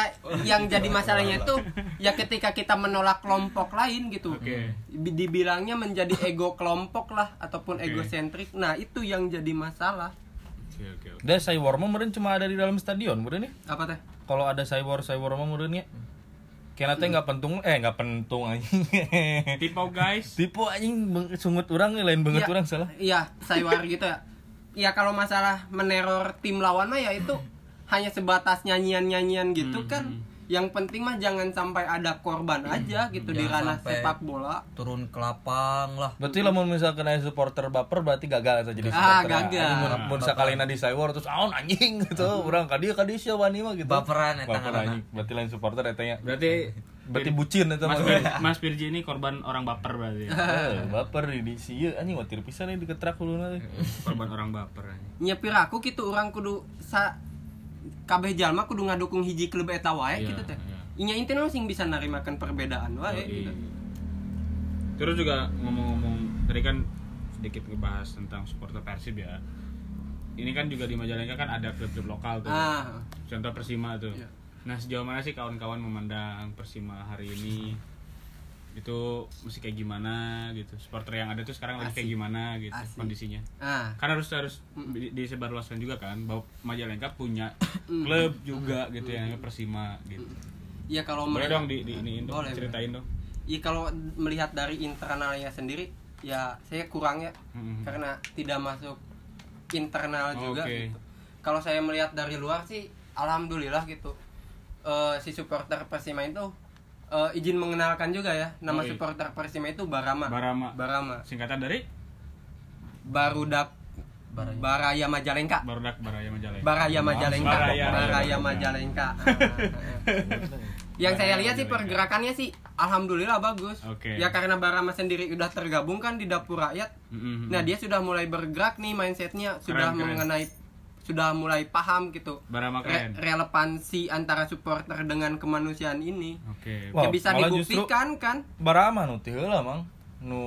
jadi masalahnya itu ya ketika kita menolak kelompok lain gitu. Oke. Dibilangnya menjadi ego kelompok lah ataupun Oke. egosentrik. Nah, itu yang jadi masalah. Oke. Dia cyber mah meureun cuma ada di dalam stadion meureun ya. Apa teh? Kalau ada cyber mah meureun ya. Kena teh enggak pentung anjing. Tipe guys. Tipe anjing sungut urang lain banget Ya, urang salah. Iya, saywar gitu ya. Ya kalau masalah meneror tim lawan mah ya itu hanya sebatas nyanyian-nyanyian gitu kan. Yang penting mah jangan sampai ada korban aja gitu di Jangan ranah sampai sepak bola. Turun ke lapang lah. Berarti lamun misalkan aya supporter baper berarti gagal eta jadi Ah, supporter. gagal. Mun sakalina di cyber terus aon anjing gitu. Urang ka dieu sia wani mah gitu. Baperan eta Baper ngaranna. anjing. Berarti lain supporter eta nya. Berarti Bucin eta mah. Mas Firji ini korban orang baper berarti. Baper di sieu anjing watir pisan nih diketrak uluna teh. Korban orang baper anjing. Nyepir aku gitu orang kudu kabeh jalma kudu ngadukung hiji klub eta wae Iya, gitu teh. iya. Inya intinya sing bisa narimakan perbedaan wae gitu. Terus juga ngomong-ngomong tadi kan sedikit ngebahas tentang supporter Persib ya. Ini kan juga di Majalengka kan ada klub-klub lokal tuh. Contoh Persima tuh. Iya. Nah, sejauh mana sih kawan-kawan memandang Persima hari ini? Itu mesti kayak gimana gitu. Supporter yang ada tuh sekarang lagi kayak gimana gitu Asik. kondisinya. Kan Harus disebarluaskan juga kan bahwa Majalengka punya klub juga gitu yang namanya Persima gitu. ya kalau Boleh dong melihat- iniin dong, Boleh, ceritain dong. ya kalau melihat dari internalnya sendiri ya saya kurang ya karena tidak masuk internal juga Oke. gitu. Kalau saya melihat dari luar sih alhamdulillah gitu. Si supporter Persima itu izin mengenalkan juga ya. Nama Oke. supporter Persima itu Barama. Barama. Singkatan dari Barudak Baraya Majalengka. Baraya Majalengka. Baraya Majalengka. Baraya Baraya Majalengka. Yang saya lihat sih pergerakannya sih alhamdulillah bagus. Oke. Ya karena Barama sendiri udah tergabung kan di dapur rakyat. Nah, dia sudah mulai bergerak nih mindsetnya, sudah Keren. sudah mulai paham gitu. Barama keren. Relevansi antara supporter dengan kemanusiaan ini. Oke. Wah, Ya bisa malah dibuktikan kan. Barama nu teh heula mang nu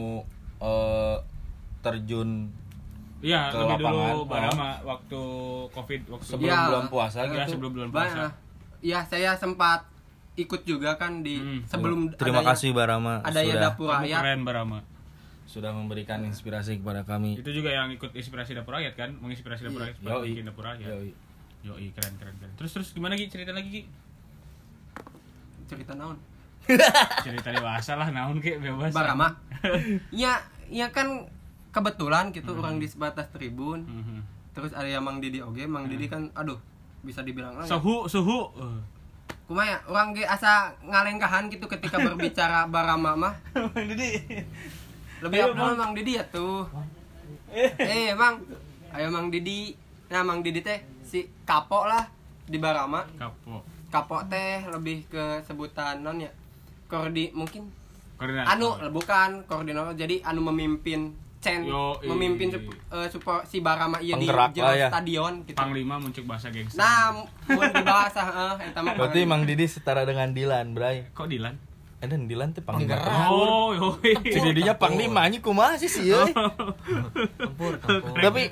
terjun Iya, ke lebih dulu lapangan. Barama waktu Covid sebelum Ya. bulan puasa Ya, gitu. sebelum bulan puasa. Ya, saya sempat ikut juga kan di sebelum Terima adanya- kasih Barama adanya sudah dapur Kamu rakyat. keren Barama. sudah memberikan inspirasi kepada kami. Itu juga yang ikut inspirasi dapur rakyat kan, menginspirasi dapur rakyat supaya bikin dapur rakyat. Yoi, keren. Terus gimana Gi? Cerita lagi Gi. Cerita naon? Cerita dewasa lah, naon Ki, bebas. Barama. Ya kan kebetulan gitu orang di sebatas tribun. Terus ada yang Mang Didi oge, Mang Didi kan aduh bisa dibilang Suhu. Kumaya orang ge asa ngalengkahan gitu ketika berbicara Barama mah. Mang Didi. Lebih apa Mang Didi ya tuh. Mang. Ayo Mang Didi. Nah, Mang Didi teh si kapok lah di Barama. Kapok teh lebih ke sebutan non ya. Mungkin Koordinator. Bukan koordinator, jadi memimpin memimpin support si Barama ieu di jero stadion gitu. Panglima muncul bahasa gangster. Nah, mun dibahasa eta mah. Berarti Mang Didi setara dengan Dilan, Bray. Kok Dilan? Dan Dilan teh panglima. Oh, yoi. Si Didinya panglima nya kumaha sih euy. Tempur. Tapi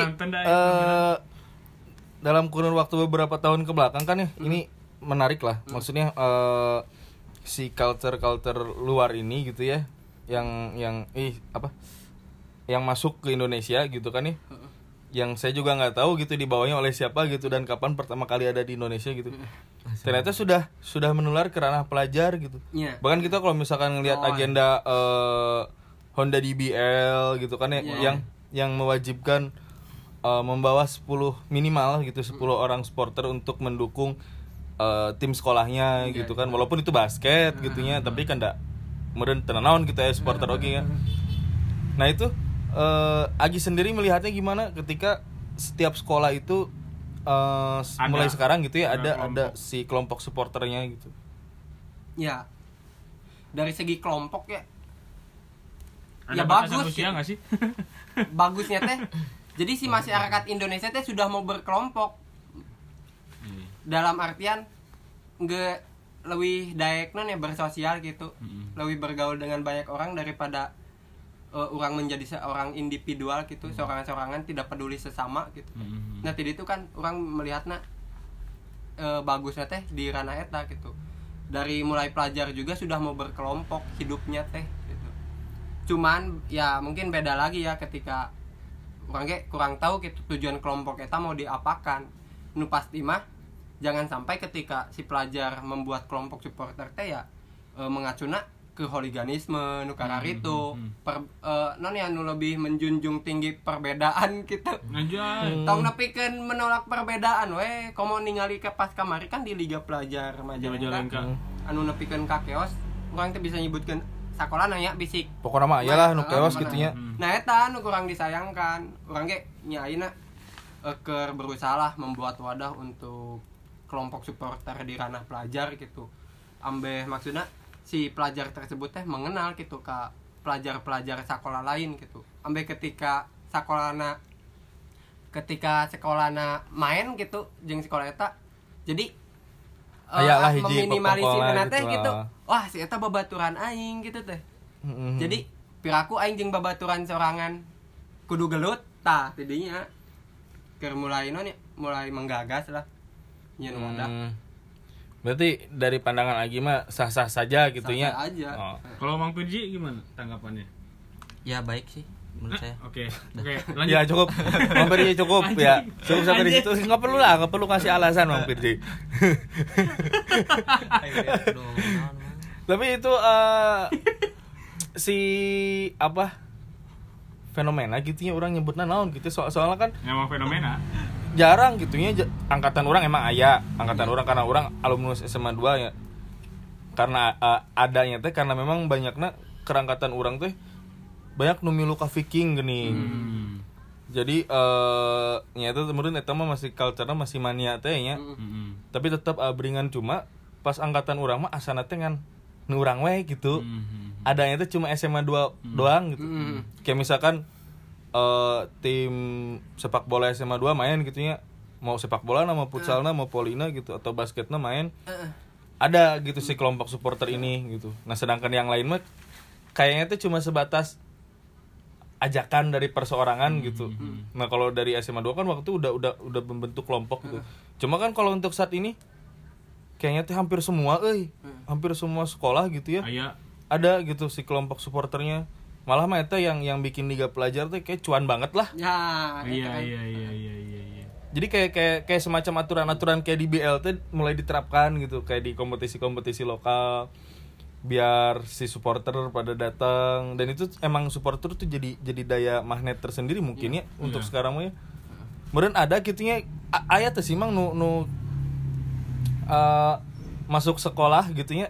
dalam kurun waktu beberapa tahun ke belakang kan ya, ini menarik lah. Maksudnya si culture luar ini gitu ya, yang masuk ke Indonesia gitu kan ya, yang saya juga nggak tahu gitu dibawanya oleh siapa gitu dan kapan pertama kali ada di Indonesia gitu. Ternyata sudah menular ke ranah pelajar gitu. Bahkan kita kalau misalkan ngelihat agenda Honda DBL gitu kan ya, yang mewajibkan membawa 10 minimal gitu 10 orang supporter untuk mendukung tim sekolahnya gitu kan, walaupun itu basket gitunya, tapi kan enggak kemudian tenanawan gitu ya supporter oke kan. Nah itu Agi sendiri melihatnya gimana ketika setiap sekolah itu mulai sekarang gitu ya ada si kelompok supporternya gitu. Ya. Dari segi kelompok ya. Ada bagus usia nggak sih? Bagusnya teh. Jadi si masyarakat Indonesia teh sudah mau berkelompok. Dalam artian nggak lebih daekna ya bersosial gitu. Lebih bergaul dengan banyak orang daripada orang menjadi seorang individual gitu, seorang-seorangan tidak peduli sesama gitu. Nah, tadi itu kan orang melihatnya bagusnya teh di ranah eta gitu. Dari mulai pelajar juga sudah mau berkelompok hidupnya teh gitu. Cuman ya mungkin beda lagi ya ketika orang kurang tahu gitu tujuan kelompok eta mau diapakan. Nu pasti mah jangan sampai ketika si pelajar membuat kelompok supporter teh ya mengacuna ke holiganisme nu kararitu non ya nu lebih menjunjung tinggi perbedaan gitu. Tong nepikeun menolak perbedaan we komo ningali ke pas kamari kan di Liga Pelajar Majalengka anu nepikeun ka keos urang teh bisa nyebutkeun sakola nanya bisik pokokna mah ayalah nu keos kitu nya. Nah eta nu kurang disayangkan urang ge nya ayeuna keur berusaha lah membuat wadah untuk kelompok supporter di ranah pelajar gitu. Ambeh maksudnya si pelajar tersebut teh mengenal gitu ke pelajar-pelajar sekolah lain gitu. Ambeh ketika sekolahna main gitu jeung sekolah eta jadi meminimalisir teh gitu. Wah, si eta babaturan aing gitu teh. Jadi piraku aing jeung babaturan sorangan kudu gelut tah tidinya keur mulai menggagas lah. Nyen wadah. Berarti dari pandangan Agi mah sah-sah saja gitu ya. Sah-sah aja. Kalau Mang Pirji gimana tanggapannya? Ya baik sih menurut saya. Oke, lanjut. Ya cukup. Mang Pirji cukup ya. Cukup sampai di situ. Enggak perlu kasih alasan Mang Pirji. Tapi itu fenomena gitu ya orang nyebutnya naon gitu soalnya kan emang fenomena jarang gitu ya angkatan orang emang aya angkatan orang karena orang alumnus SMA 2 ya karena adanya teh karena memang banyaknya kerangkatan orang teh banyak nu milu ka Viking geuning. Jadi nyata kemudian eta mah masih culture-na masih mania teh nya. Tapi tetap beringan cuma pas angkatan orang mah asana teh ngan nu urang we gitu. Adanya teh cuma SMA 2 doang gitu. Kayak misalkan tim sepak bola SMA 2 main gitu ya. Mau sepak bola mau futsalna mau polina gitu atau basketna main. Ada gitu si kelompok supporter ini gitu. Nah, sedangkan yang lain mah kayaknya tuh cuma sebatas ajakan dari perseorangan gitu. Nah, kalau dari SMA 2 kan waktu udah membentuk kelompok gitu. Cuma kan kalau untuk saat ini kayaknya tuh hampir semua hampir semua sekolah gitu ya. Ada gitu si kelompok supporternya. Malah mah eta yang bikin liga pelajar teh kayak cuan banget lah. Ya, Iya. Jadi kayak semacam aturan-aturan kayak di BL teh mulai diterapkan gitu, kayak di kompetisi-kompetisi lokal biar si supporter pada datang, dan itu emang supporter tuh jadi daya magnet tersendiri mungkin ya untuk sekarang mah ya. Kemudian ada gitunya aya teh sih mang nu masuk sekolah gitunya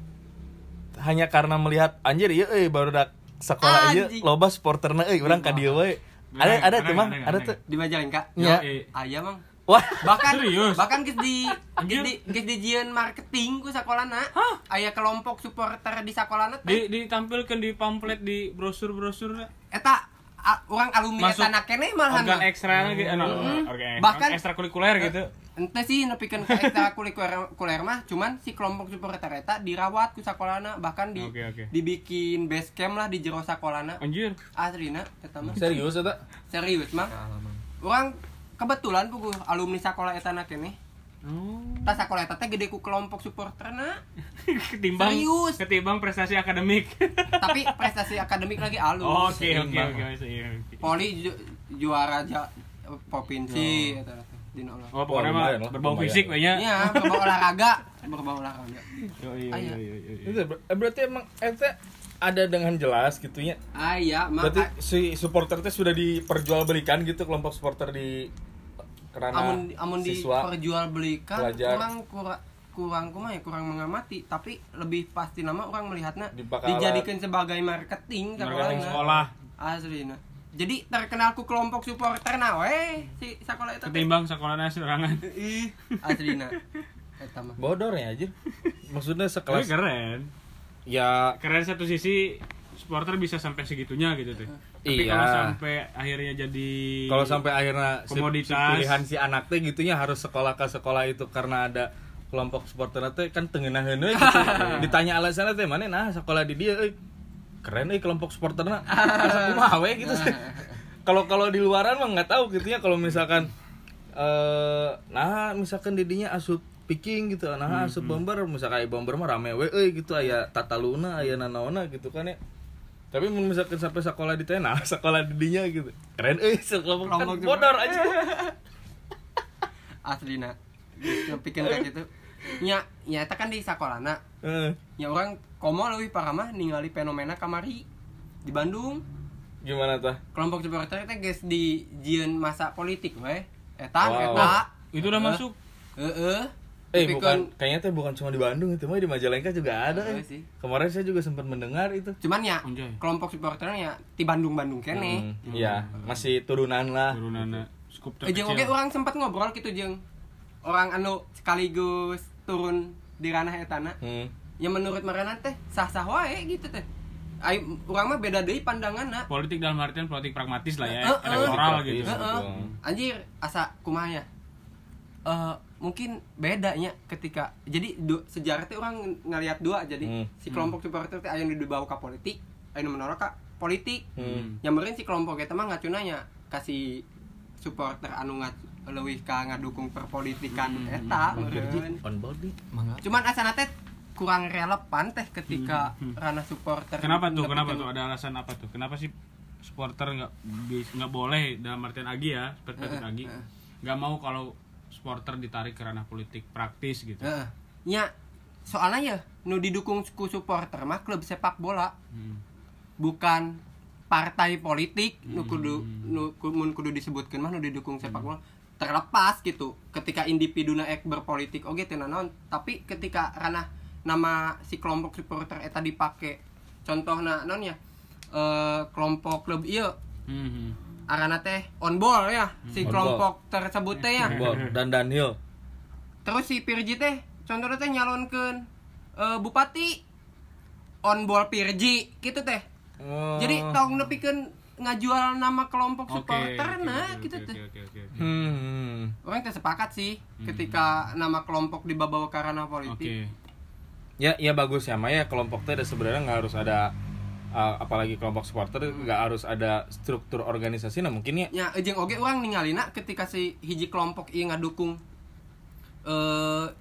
hanya karena melihat anjir ieu baru dak sekolah ieu loba supporterna urang ka dieu we. Ada tuh mang, ada tuh di Majalengka. Ya. Aya mang. Wah, bahkan geus dijieun marketing ku sakolana. Aya kelompok supporter di sakolana teh. Ditampilkan di pamflet di brosur-brosur. Eta orang alumni eta na keneh malahan. Organ ekstra gitu, bahkan ekstrakurikuler gitu. Ente sih nepikeun ka ekstrakurikuler mah cuman si kelompok supporter eta dirawat ku sakolana, bahkan dibikin base camp lah di jero sakolana. Anjir. Aslina eta mah. Serius eta? Serius mah. Urang kebetulan puguh alumni sakola eta na keneh. Tas sakola eta teh gede ku kelompok supporterna. Ketimbang prestasi akademik. Tapi prestasi akademik lagi alus. Oke. Poli juara provinsi eta. Oh, pokoknya mah berbau fisik we nya. Iya, berbau olahraga. Iya. Itu berarti emang eta ada dengan jelas gitu ya. Iya, berarti si supporter teh sudah diperjualbelikan gitu, kelompok supporter di kerana amun diperjualbelikan kurang mengamati, tapi lebih pasti nama orang melihatnya dijadikan sebagai marketing sekolah. Aslina. Jadi terkenal ku kelompok supporter na we si sakola eta. Ketimbang sakolana sorangan. Aslina. Eta mah. Bodor ya anjir. Maksudnya sekelas. Tapi keren. Ya, keren satu sisi supporter bisa sampai segitunya gitu tuh. Tapi kalau sampai akhirnya jadi komoditas pilihan si anak teh gitunya harus sekolah ke sekolah itu karena ada kelompok supporter teh kan tengenaheun we gitu. Ditanya alasanna teh mana nah sekolah di dia keren kelompok supporterna asa kumaha we gitu. Kalau di luaran mah enggak tahu gitu ya, kalau misalkan misalkan di dinya asup picking gitu, asup bomber, misalkan bomber mah rame we gitu, aya tataluna aya nanaona gitu kan ya. Tapi misalkan sampai sekolah di tena, sekolah di dinya gitu. Keren sekelompok kan bodor aja. Aslina. Pikeun ka kitu. Nya eta kan di sakolana. Nya orang komo leuwih parah mah ningali fenomena kamari di Bandung. Gimana tah? Kelompok supporter teh geus dijieun masa politik we. Eta. Itu udah masuk. Kayaknya teh bukan cuma di Bandung, itu mah di Majalengka juga ada. Kemarin saya juga sempat mendengar itu. Cuman ya kelompok supporternya di Bandung kene. Iya, masih turunan lah. Turunanna skup terkecil. Jeung oge urang sempat ngobrol kitu jeung orang anu sekaligus turun di ranah etana. Ya menurut marana teh sah-sah wae gitu teh. Urang mah beda deui pandanganna. Politik dalam artian politik pragmatis lah ya, elektoral gitu. Anjir, asa kumaha ya? Mungkin bedanya ketika jadi sejarah teh orang ngelihat dua, jadi si kelompok supporter teh aya nu dibawa ka politik, aya nu menolak ka politik. Yang meureun si kelompok eta mah ngacuna nya kasih supporter anu leuwih ka ngadukung perpolitikan eta meureun. Cuman asana teh kurang relevan teh ketika ranah supporter. Kenapa tuh? Ada alasan apa tuh? Kenapa sih supporter nggak boleh dalam artian Agi ya, perspektif Agi nggak mau kalau supporter ditarik ke ranah politik praktis gitu. Ya, soalnya ya nu didukung ku supporter mah klub sepak bola. Bukan partai politik nu kudu disebutkeun mah nu didukung sepak bola. Terlepas gitu ketika individuna berpolitik oge teu naon, tapi ketika ranah nama si kelompok supporter eta dipake contohna naon ya kelompok klub ieu arana teh on ball ya si kelompok tersebut teh ya dan Daniel terus si Pirji teh contohna teh nyalonkeun bupati on ball Pirji gitu teh jadi tong nepikeun ngajual nama kelompok supporterna gitu teh orang teh sepakat sih ketika nama kelompok dibawa ke ranah politik. Ya bagus ya Maya, kelompok teh sebenarnya nggak harus ada apalagi kelompok supporter nggak harus ada struktur organisasi, nah mungkin ya jeung oge urang ningalina ketika si hiji kelompok ieu ngadukung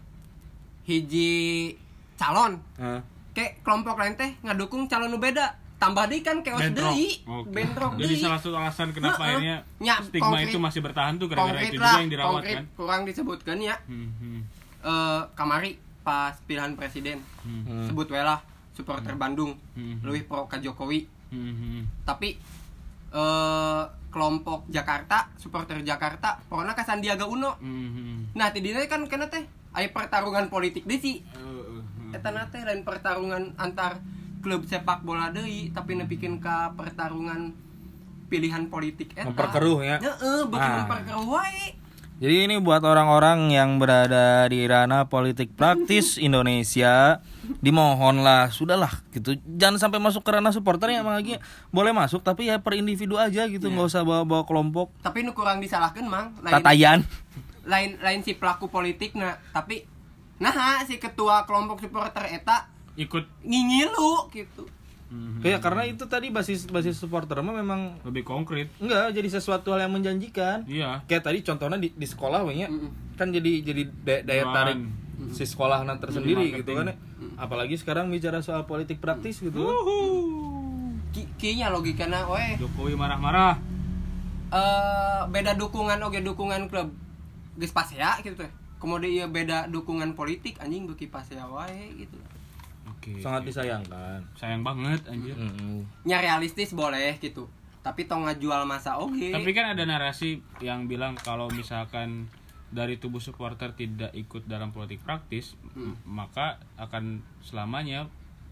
hiji calon ke kelompok lain teh ngadukung calon nu beda tambah deui kan keos deui. Bentrok deui. Jadi salah satu alasan kenapa akhirnya stigma konkret, itu masih bertahan tuh gara-gara itu lah, juga yang dirawat kan. Kurang disebutkan ya. Kamari pas pilihan presiden sebut we lah supporter Bandung leuwih pro ka Jokowi. Tapi kelompok Jakarta, supporter Jakarta porona ka Sandiaga Uno. Nah, tidina kan kana teh aya pertarungan politik deui sih. Eta na teh lain pertarungan antar klub sepak bola deui, tapi nepikeun ka pertarungan pilihan politik eta. Memperkeruh ya. Heeh, beuki memperkeruh wae. Jadi ini buat orang-orang yang berada di ranah politik praktis Indonesia, dimohonlah sudahlah gitu, jangan sampai masuk ke ranah supporter ya. Emang lagi boleh masuk tapi ya per individu aja gitu, nggak usah bawa-bawa kelompok. Tapi nu kurang disalahkeun mang Tatayan lain si pelaku politik tapi si ketua kelompok supporter eta ikut ngingilu gitu. Ya karena itu tadi basis supporter mah memang lebih konkret. Enggak jadi sesuatu hal yang menjanjikan. Iya. Kayak tadi contohnya di sekolah we nya. Kan jadi daya tarik si sekolahna tersendiri gitu kan. Apalagi sekarang bicara soal politik praktis gitu. Kayaknya logikana we Jokowi marah-marah. Beda dukungan dukungan klub geus pasea gitu teh. Kemudian beda dukungan politik anjing beuki pasea wae gitu. Sangat disayangkan. Sayang banget anjir. Nya realistis boleh gitu. Tapi tong ngajual masa oge. Tapi kan ada narasi yang bilang kalau misalkan dari tubuh supporter tidak ikut dalam politik praktis, maka akan selamanya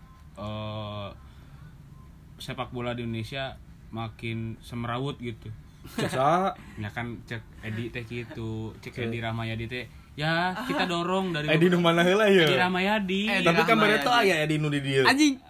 sepak bola di Indonesia makin semerawut gitu. Ya kan cek Edi teh gitu, cek Edi Rahmayadi teh. Ya, kita dorong dari Edi nu mana heula ya? Edi Rahmayadi. Tapi kan bare teh aya Edi nu di dieu. Anjing.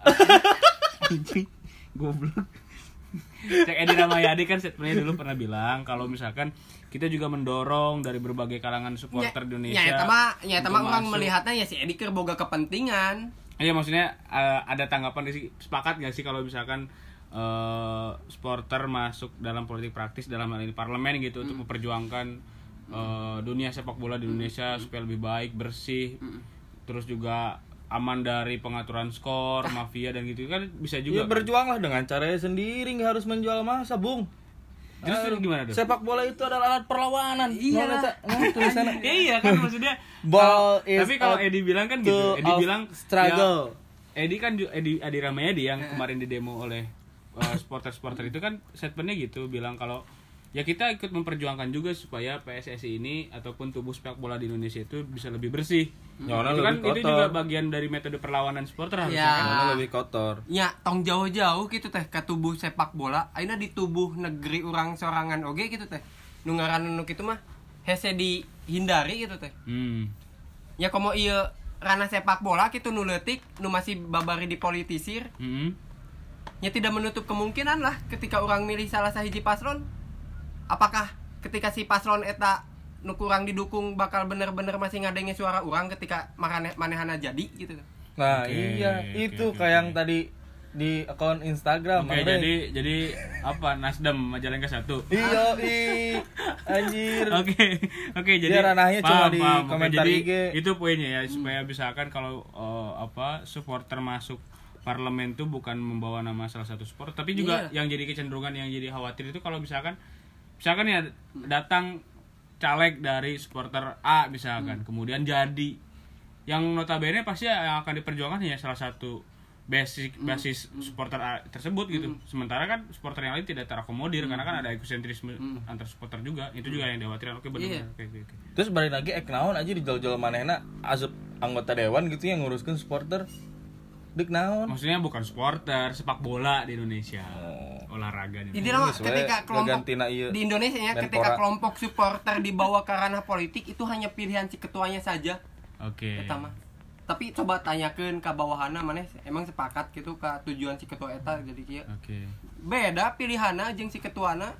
Goblok. Cek Edi Rahmayadi kan sebenarnya dulu pernah bilang kalau misalkan kita juga mendorong dari berbagai kalangan supporter di Indonesia. Ya eta mah orang melihatnya ya si Edi keur boga kepentingan. Iya, maksudnya ada tanggapan sih, sepakat enggak sih kalau misalkan supporter masuk dalam politik praktis dalam hal ini parlemen gitu untuk memperjuangkan dunia sepak bola di Indonesia supaya lebih baik, bersih, terus juga aman dari pengaturan skor, mafia dan gitu kan bisa juga. Ya berjuanglah dengan caranya sendiri, nggak harus menjual masa, Bung. Justru gimana dong? Sepak bola itu adalah alat perlawanan. Iya. Tulisannya. Iya kan maksudnya. Tapi kalau Edi bilang kan gitu. Edi bilang struggle. Ya, Edi Rahmayadi yang kemarin didemo oleh supporter-supporter itu kan statementnya gitu, bilang kalau ya kita ikut memperjuangkan juga supaya PSSI ini ataupun tubuh sepak bola di Indonesia itu bisa lebih bersih. Itu kan itu juga bagian dari metode perlawanan supporter harusnya kan. Lebih kotor. Ya, tong jauh-jauh gitu teh ke tubuh sepak bola, ayeuna di tubuh negeri urang sorangan oge gitu teh. Nu ngaranna nu kitu mah hese dihindari gitu teh. Ya komo ieu ranah sepak bola gitu nu leutik nu masih babari dipolitisir. Ya tidak menutup kemungkinan lah ketika orang milih salah sahiji paslon, apakah ketika si paslon eta nu kurang didukung bakal bener-bener masih ngadenge suara orang ketika manehana jadi gitu. Nah, iya, itu kayak yang tadi di akun Instagram. Jadi apa, Nasdem Majalengka 1. Iya, anjir. Oke, jadi ranahnya cuma di komentar IG. Itu poinnya ya, supaya misalkan kalau supporter masuk parlemen itu bukan membawa nama salah satu supporter, tapi juga yang jadi kecenderungan, yang jadi khawatir itu kalau misalkan ya datang caleg dari supporter A misalkan, kemudian jadi yang notabene pasti yang akan diperjuangkan hanya salah satu basis supporter A tersebut gitu. Sementara kan supporter yang lain tidak terakomodir karena kan ada ekosentrisme antar supporter juga. Itu juga yang dikhawatirkan. Oke, benar. Oke. Terus balik lagi naon aja dijual-jual manehna asup anggota dewan gitu yang nguruskeun supporter. Dik naon? Maksudnya bukan supporter, sepak bola di Indonesia. Olahraga di Indonesia. Intinya ketika kelompok di Indonesia ya, ketika kelompok supporter dibawa ke ranah politik itu hanya pilihan si ketuanya saja. Oke. Pertama. Tapi coba tanyakeun ka bawahanna maneh emang sepakat gitu ka tujuan si ketua eta jadi kieu. Oke. Beda pilihanna jeung si ketuana.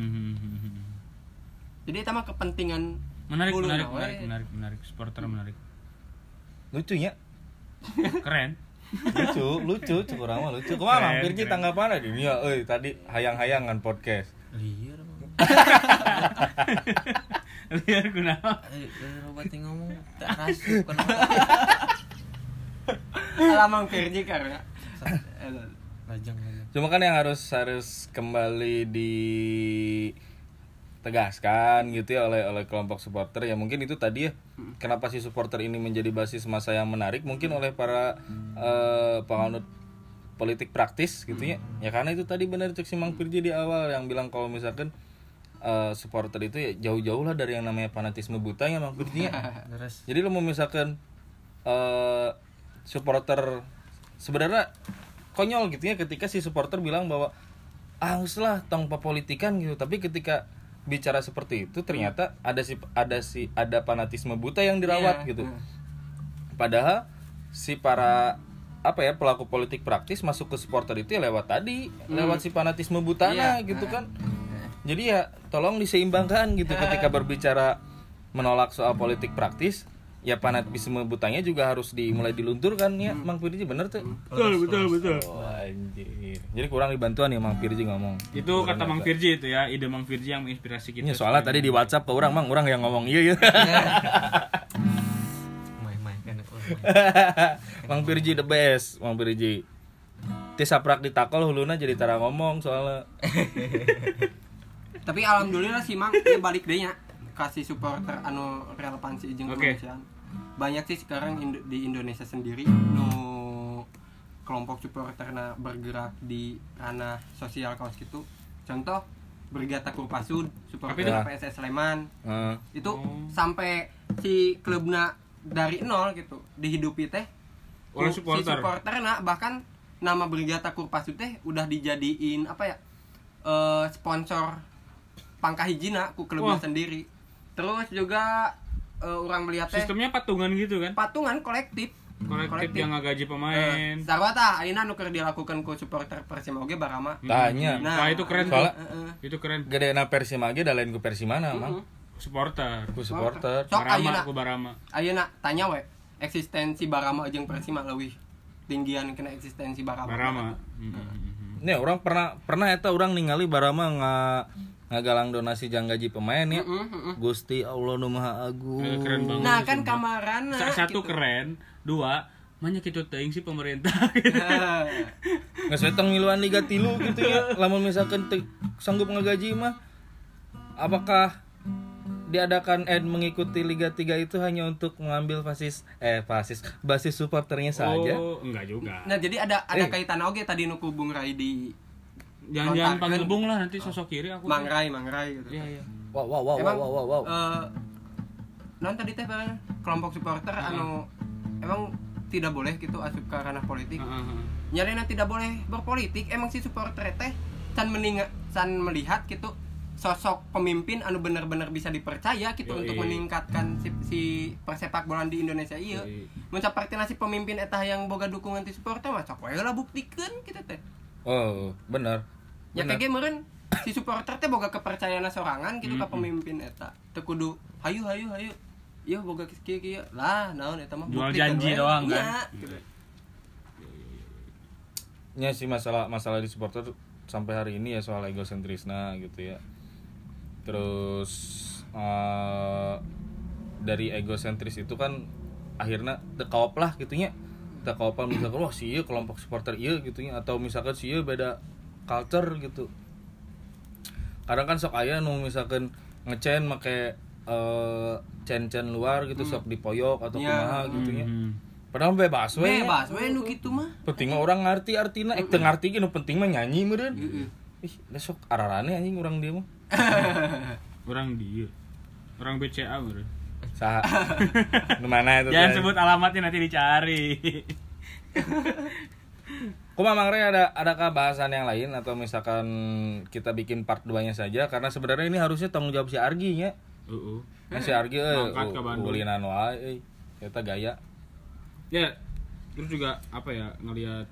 Jadi eta mah kepentingan menarik. Supporter menarik. Lucunya. Keren. lucu kurang mah lucu. Kumaha mampir ji tanggapan di dunia euy tadi hayang-hayangan podcast. Liar. Liar kunaon? Berarti ngomong tak rasuk kenapa? Alamang kerja karena Lajang. Cuma kan yang harus kembali ditegaskan gitu ya oleh kelompok supporter ya, mungkin itu tadi ya, kenapa si supporter ini menjadi basis massa yang menarik mungkin oleh para penganut politik praktis gitu ya. Ya karena itu tadi benar cek si Mang Firji di awal yang bilang kalau misalkan supporter itu ya jauh-jauh lah dari yang namanya fanatisme buta ya Mang Firji ya. Jadi lo mau misalkan supporter sebenarnya konyol gitu ya ketika si supporter bilang bahwa lah tong politikan gitu, tapi ketika bicara seperti itu ternyata ada fanatisme buta yang dirawat gitu. Padahal si para pelaku politik praktis masuk ke supporter itu ya lewat si fanatisme butana gitu kan. Jadi ya tolong diseimbangkan gitu ketika berbicara menolak soal politik praktis. Ya fanatisme butanya juga harus mulai dilunturkan ya, Mang Firji bener tuh. Betul. Oh, anjir. Jadi kurang dibantuan ya Mang Firji ngomong. Itu kata Mang Firji itu ya, ide Mang Firji yang menginspirasi kita. Ya, soalnya tadi di WhatsApp ke orang yang ngomong iya. Main kan. Mang Firji the best, Mang Firji. Ti saprak ditakol huluna jadi tara ngomong soalnya. Tapi alhamdulillah sih Mang dia balik deh nya kasih supporter anu relevansi jeung kemanusiaan. Banyak sih sekarang di Indonesia sendiri kelompok supporterna bergerak di ranah sosial kaos gitu. Contoh Brigata Kurpasud, supporter PSS Sleman. Itu sampai si klubna dari nol gitu dihidupi teh oleh si supporterna, bahkan nama Brigata Kurpasud teh udah dijadiin sponsor pangkahijina ku klubnya sendiri. Terus juga orang melihat teh sistemnya patungan gitu kan, patungan kolektif yang ngagaji pemain. Sarwata ayeuna nu keur dilakukan ku supporter Persima oge Barama. Tanya. Nah, itu keren soalnya, itu keren. Gedena Persima ge da lain ku Persimana Mang. Supporter. Sok Barama. Ayeuna tanya we eksistensi Barama jeung Persima leuwih tinggian kena eksistensi Barama. Nih orang pernah eta orang ningali Barama ngagalang donasi jang gaji pemain ya. Gusti Allah nu Maha Agung. Keren banget. Nah, kan kamarana satu gitu. Keren, dua banyak kitu teuing si pemerintah. Geus weteng miluan Liga 3 gitu ya. Lamun misalkan sanggup ngagaji mah apakah diadakan mengikuti Liga 3 itu hanya untuk mengambil basis supporternya saja? Oh, enggak juga. Nah, jadi ada kaitan oge tadi nu ku Bung Rai di Jangan panggil Bung lah, nanti sosok kiri aku. Mang Rai gitu. Iya. Wow. Non tadi teh bareng kelompok supporter anu emang tidak boleh gitu asup ke ranah politik. Nyarina tidak boleh berpolitik, emang si supporter teh can melihat gitu sosok pemimpin anu benar-benar bisa dipercaya gitu untuk meningkatkan si persepak bola di Indonesia ieu. Mun sapertina si pemimpin eta yang boga dukungan ti supporter mah sok we lah buktikeun kitu teh. Oh, benar. Ya kayak meureun si supporter teh boga kepercayaan sorangan gitu ka pemimpin eta. Teu kudu hayu. Ieu boga kieu lah naon eta mah jual janji doang kan. Ya sih masalah di supporter sampai hari ini ya soal egosentrisna gitu ya. Terus dari egosentris itu kan akhirnya tekawap lah gitunya. Tekawap misalkan wah si ieu kelompok supporter ieu gitunya atau misalkan si ieu beda culture gitu. Kadang kan sok aya nu misalkan ngecen make cen-cen luar gitu sok dipoyok atau kumaha gitunya. Padahal bebas we nu kitu mah. Penting mah orang ngarti artina, teu ngarti ge nu penting mah nyanyi meureun. Ih, besok ararane anjing urang dia mah. Orang dia. Orang BCA meureun. Saha? Nu mana itu? Jangan sebut alamatnya nanti dicari. Kumaha Mang Ray adakah bahasan yang lain atau misalkan kita bikin part 2-nya saja karena sebenarnya ini harusnya tanggung jawab si Argi nya. Si Argi mangkat ke Bandung. Ulinan wae eta gaya. Ya, terus juga ngelihat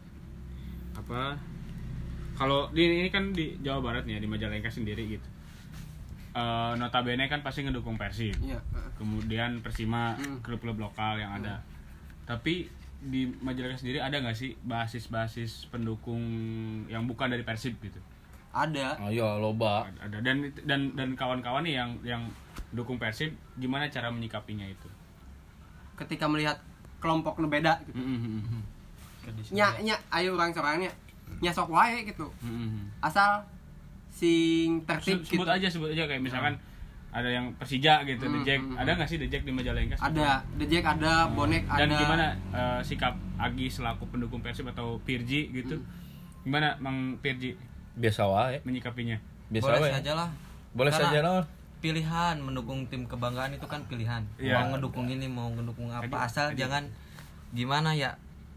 kalau ini kan di Jawa Barat nih ya, di Majalengka sendiri gitu. Notabene kan pasti ngedukung Persib. Kemudian Persima, klub-klub lokal yang ada. Tapi di Majalengka sendiri ada nggak sih basis pendukung yang bukan dari Persib gitu? Ada. Oh iya, loba. Ada dan kawan-kawan nih yang dukung Persib, gimana cara menyikapinya itu? Ketika melihat kelompok nu beda gitu. Nya ayo orang sorangnya. nya sok wae gitu. Asal sing tertib sebut gitu. aja kayak misalkan ada yang Persija gitu, The Jack. Ada nggak sih The Jack di Majalengka? Ada The Jack, ada Bonek, ada. Dan gimana sikap Agi selaku pendukung Persib atau Pirji gitu? Gimana Mang Pirji Biasa wae. menyikapinya? Biasa Boleh wae. saja lah. Boleh Karena saja naon. pilihan mendukung tim kebanggaan itu kan pilihan. Iya. Mau ngedukung ini, mau ngedukung apa, asal Adi. jangan gimana ya,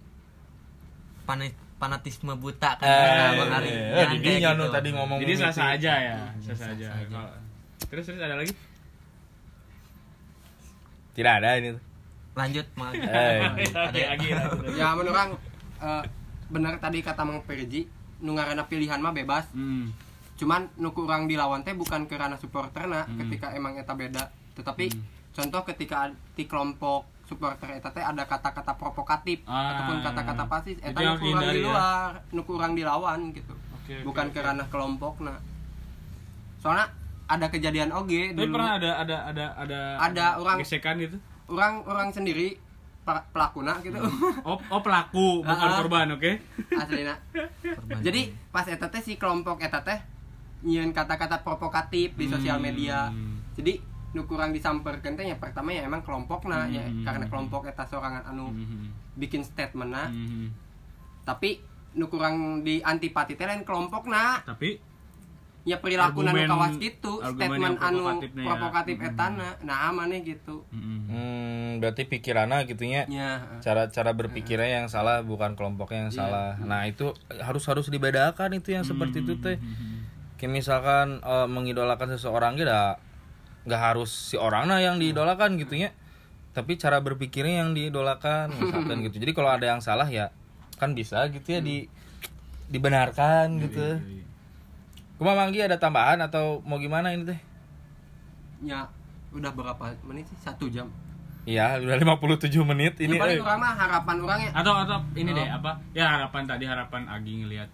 fanatisme buta kan. Bang Ari. Jangan Jadi kayak nyano gitu. tadi ngomong Jadi mimiti. sah aja ya, sah aja. sah aja. Terus ada lagi? Tidak ada ini. Lanjut Mang. Ada lagi. Ya menurut orang bener tadi kata Mang Perji, nu ngaranna pilihan mah bebas. Cuman nu kurang dilawan teh bukan karena supporterna ketika emang eta beda, tetapi contoh ketika di kelompok supporter eta teh ada kata-kata provokatif ataupun kata-kata pasis eta nu kurang di luar, nu kurang dilawan gitu. Bukan karena kelompokna. Soalnya ada kejadian oge Tapi dulu. pernah ada orang gesekan gitu? orang sendiri pelakuna gitu. Oh pelaku bukan korban, oke? Aslina. Jadi pas eta teh si kelompok eta teh nyieun kata-kata provokatif di sosial media. Jadi nu kurang disamperkeun teh ya pertama ya emang kelompokna ya karena kelompok eta sorangan anu bikin statementna. Tapi nu kurang di antipati teh lain kelompokna. Tapi Ya perilaku nu kawas gitu, argumen statement yang anu provokatifnya ya. provokatif etana. Nah, maneh gitu. Berarti pikirannya gitunya. Ya. Cara berpikirnya yang salah, bukan kelompoknya yang salah. Nah, itu harus dibedakan itu yang seperti itu teh. Kayak misalkan mengidolakan seseorang gitu nggak harus si orangnya yang diidolakan gitunya. Tapi cara berpikirnya yang diidolakan misalkan gitu. Jadi kalau ada yang salah ya kan bisa gitu ya dibenarkan gitu. Kumaha Manggi ada tambahan atau mau gimana ini teh? Ya, udah berapa menit sih? 1 jam. Iya, udah 57 menit ini. Ini paling orang mah harapan orangnya. Atau ini deh apa? Ya harapan Agi ngelihat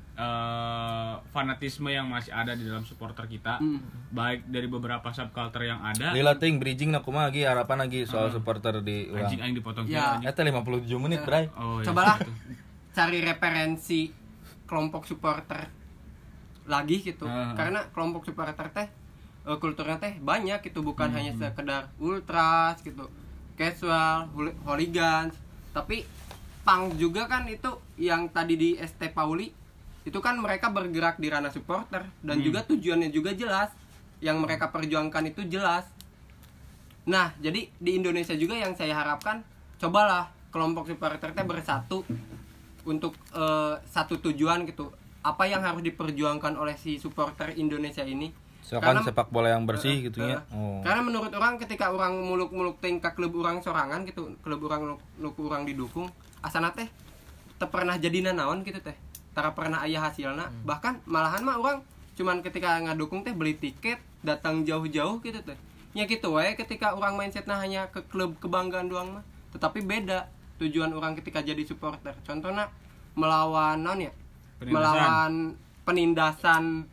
fanatisme yang masih ada di dalam supporter kita, baik dari beberapa subculture yang ada. Lila ting bridging na kumaha lagi harapan lagi soal supporter di urang. Anjing aing dipotong Ya. anjing. Eta 57 menit, Bray. Oh, ya, Cobalah gitu. cari referensi kelompok supporter lagi gitu. Karena kelompok supporter teh kulturnya teh banyak gitu, bukan hanya sekedar ultras gitu, casual, hooligans, tapi punk juga kan itu yang tadi di ST Pauli itu kan mereka bergerak di ranah supporter dan juga tujuannya juga jelas, yang mereka perjuangkan itu jelas. Nah, jadi di Indonesia juga yang saya harapkan cobalah kelompok supporter teh bersatu untuk satu tujuan gitu. Apa yang harus diperjuangkan oleh si supporter Indonesia ini? Misalkan sepak bola yang bersih gitu ya. Karena menurut orang ketika orang muluk-muluk teh ka klub orang sorangan gitu, klub orang nu orang didukung, asana teh teu pernah jadina naon gitu teh. Tara pernah aya hasilna. Bahkan malahan mah orang cuman ketika ngadukung teh beli tiket, datang jauh-jauh gitu teh. Ya gitu wae ketika orang mindsetna hanya ke klub kebanggaan doang mah. Tetapi beda tujuan orang ketika jadi supporter. Contohnya melawan naon ya? Melawan penindasan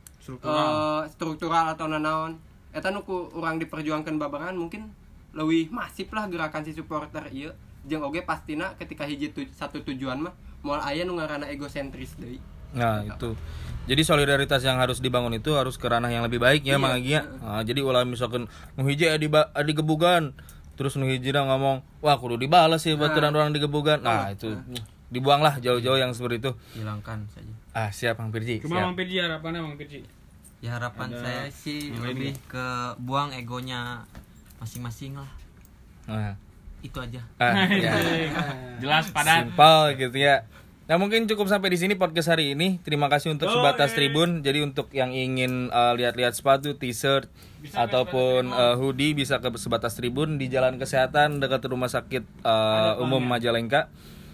struktural atau nanaon eta nu urang diperjuangkan babaran mungkin leuwih masif lah gerakan si supporter ieu jeung oge pastina ketika hiji satu tujuan mah moal aya nu ngaranna egosentris deui. Nah, itu. Jadi solidaritas yang harus dibangun itu harus ke ranah yang lebih baik ya, Mang Agi ya. Nah, jadi ulah misalkan nu hiji digebugan terus nu hiji ngomong, "Wah, kudu dibales sih baturan orang digebugan." Nah, itu dibuanglah jauh-jauh yang seperti itu. Hilangkan saja. Siap Mang Pirji. Kumaha Mang Pirji harapannya Mang Pirji? Ya harapan saya sih lebih ke buang egonya masing-masing lah. Nah. Itu aja. Ya. Jelas padat. Simpel gitu ya. Nah, mungkin cukup sampai di sini podcast hari ini. Terima kasih untuk Sebatas Tribun. Jadi untuk yang ingin lihat-lihat sepatu, t-shirt ataupun hoodie bisa ke Sebatas Tribun di Jalan Kesehatan dekat Rumah Sakit Umum Majalengka.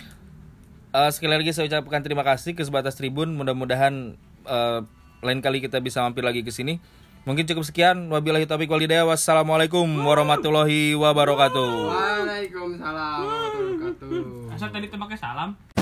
Sekali lagi saya ucapkan terima kasih ke Sebatas Tribun. Mudah-mudahan lain kali kita bisa mampir lagi ke sini. Mungkin cukup sekian. Wabillahi taufiq wal hidayah. Wassalamualaikum warahmatullahi wabarakatuh. Waalaikumsalam warahmatullahi wabarakatuh. Asal tadi teu make salam.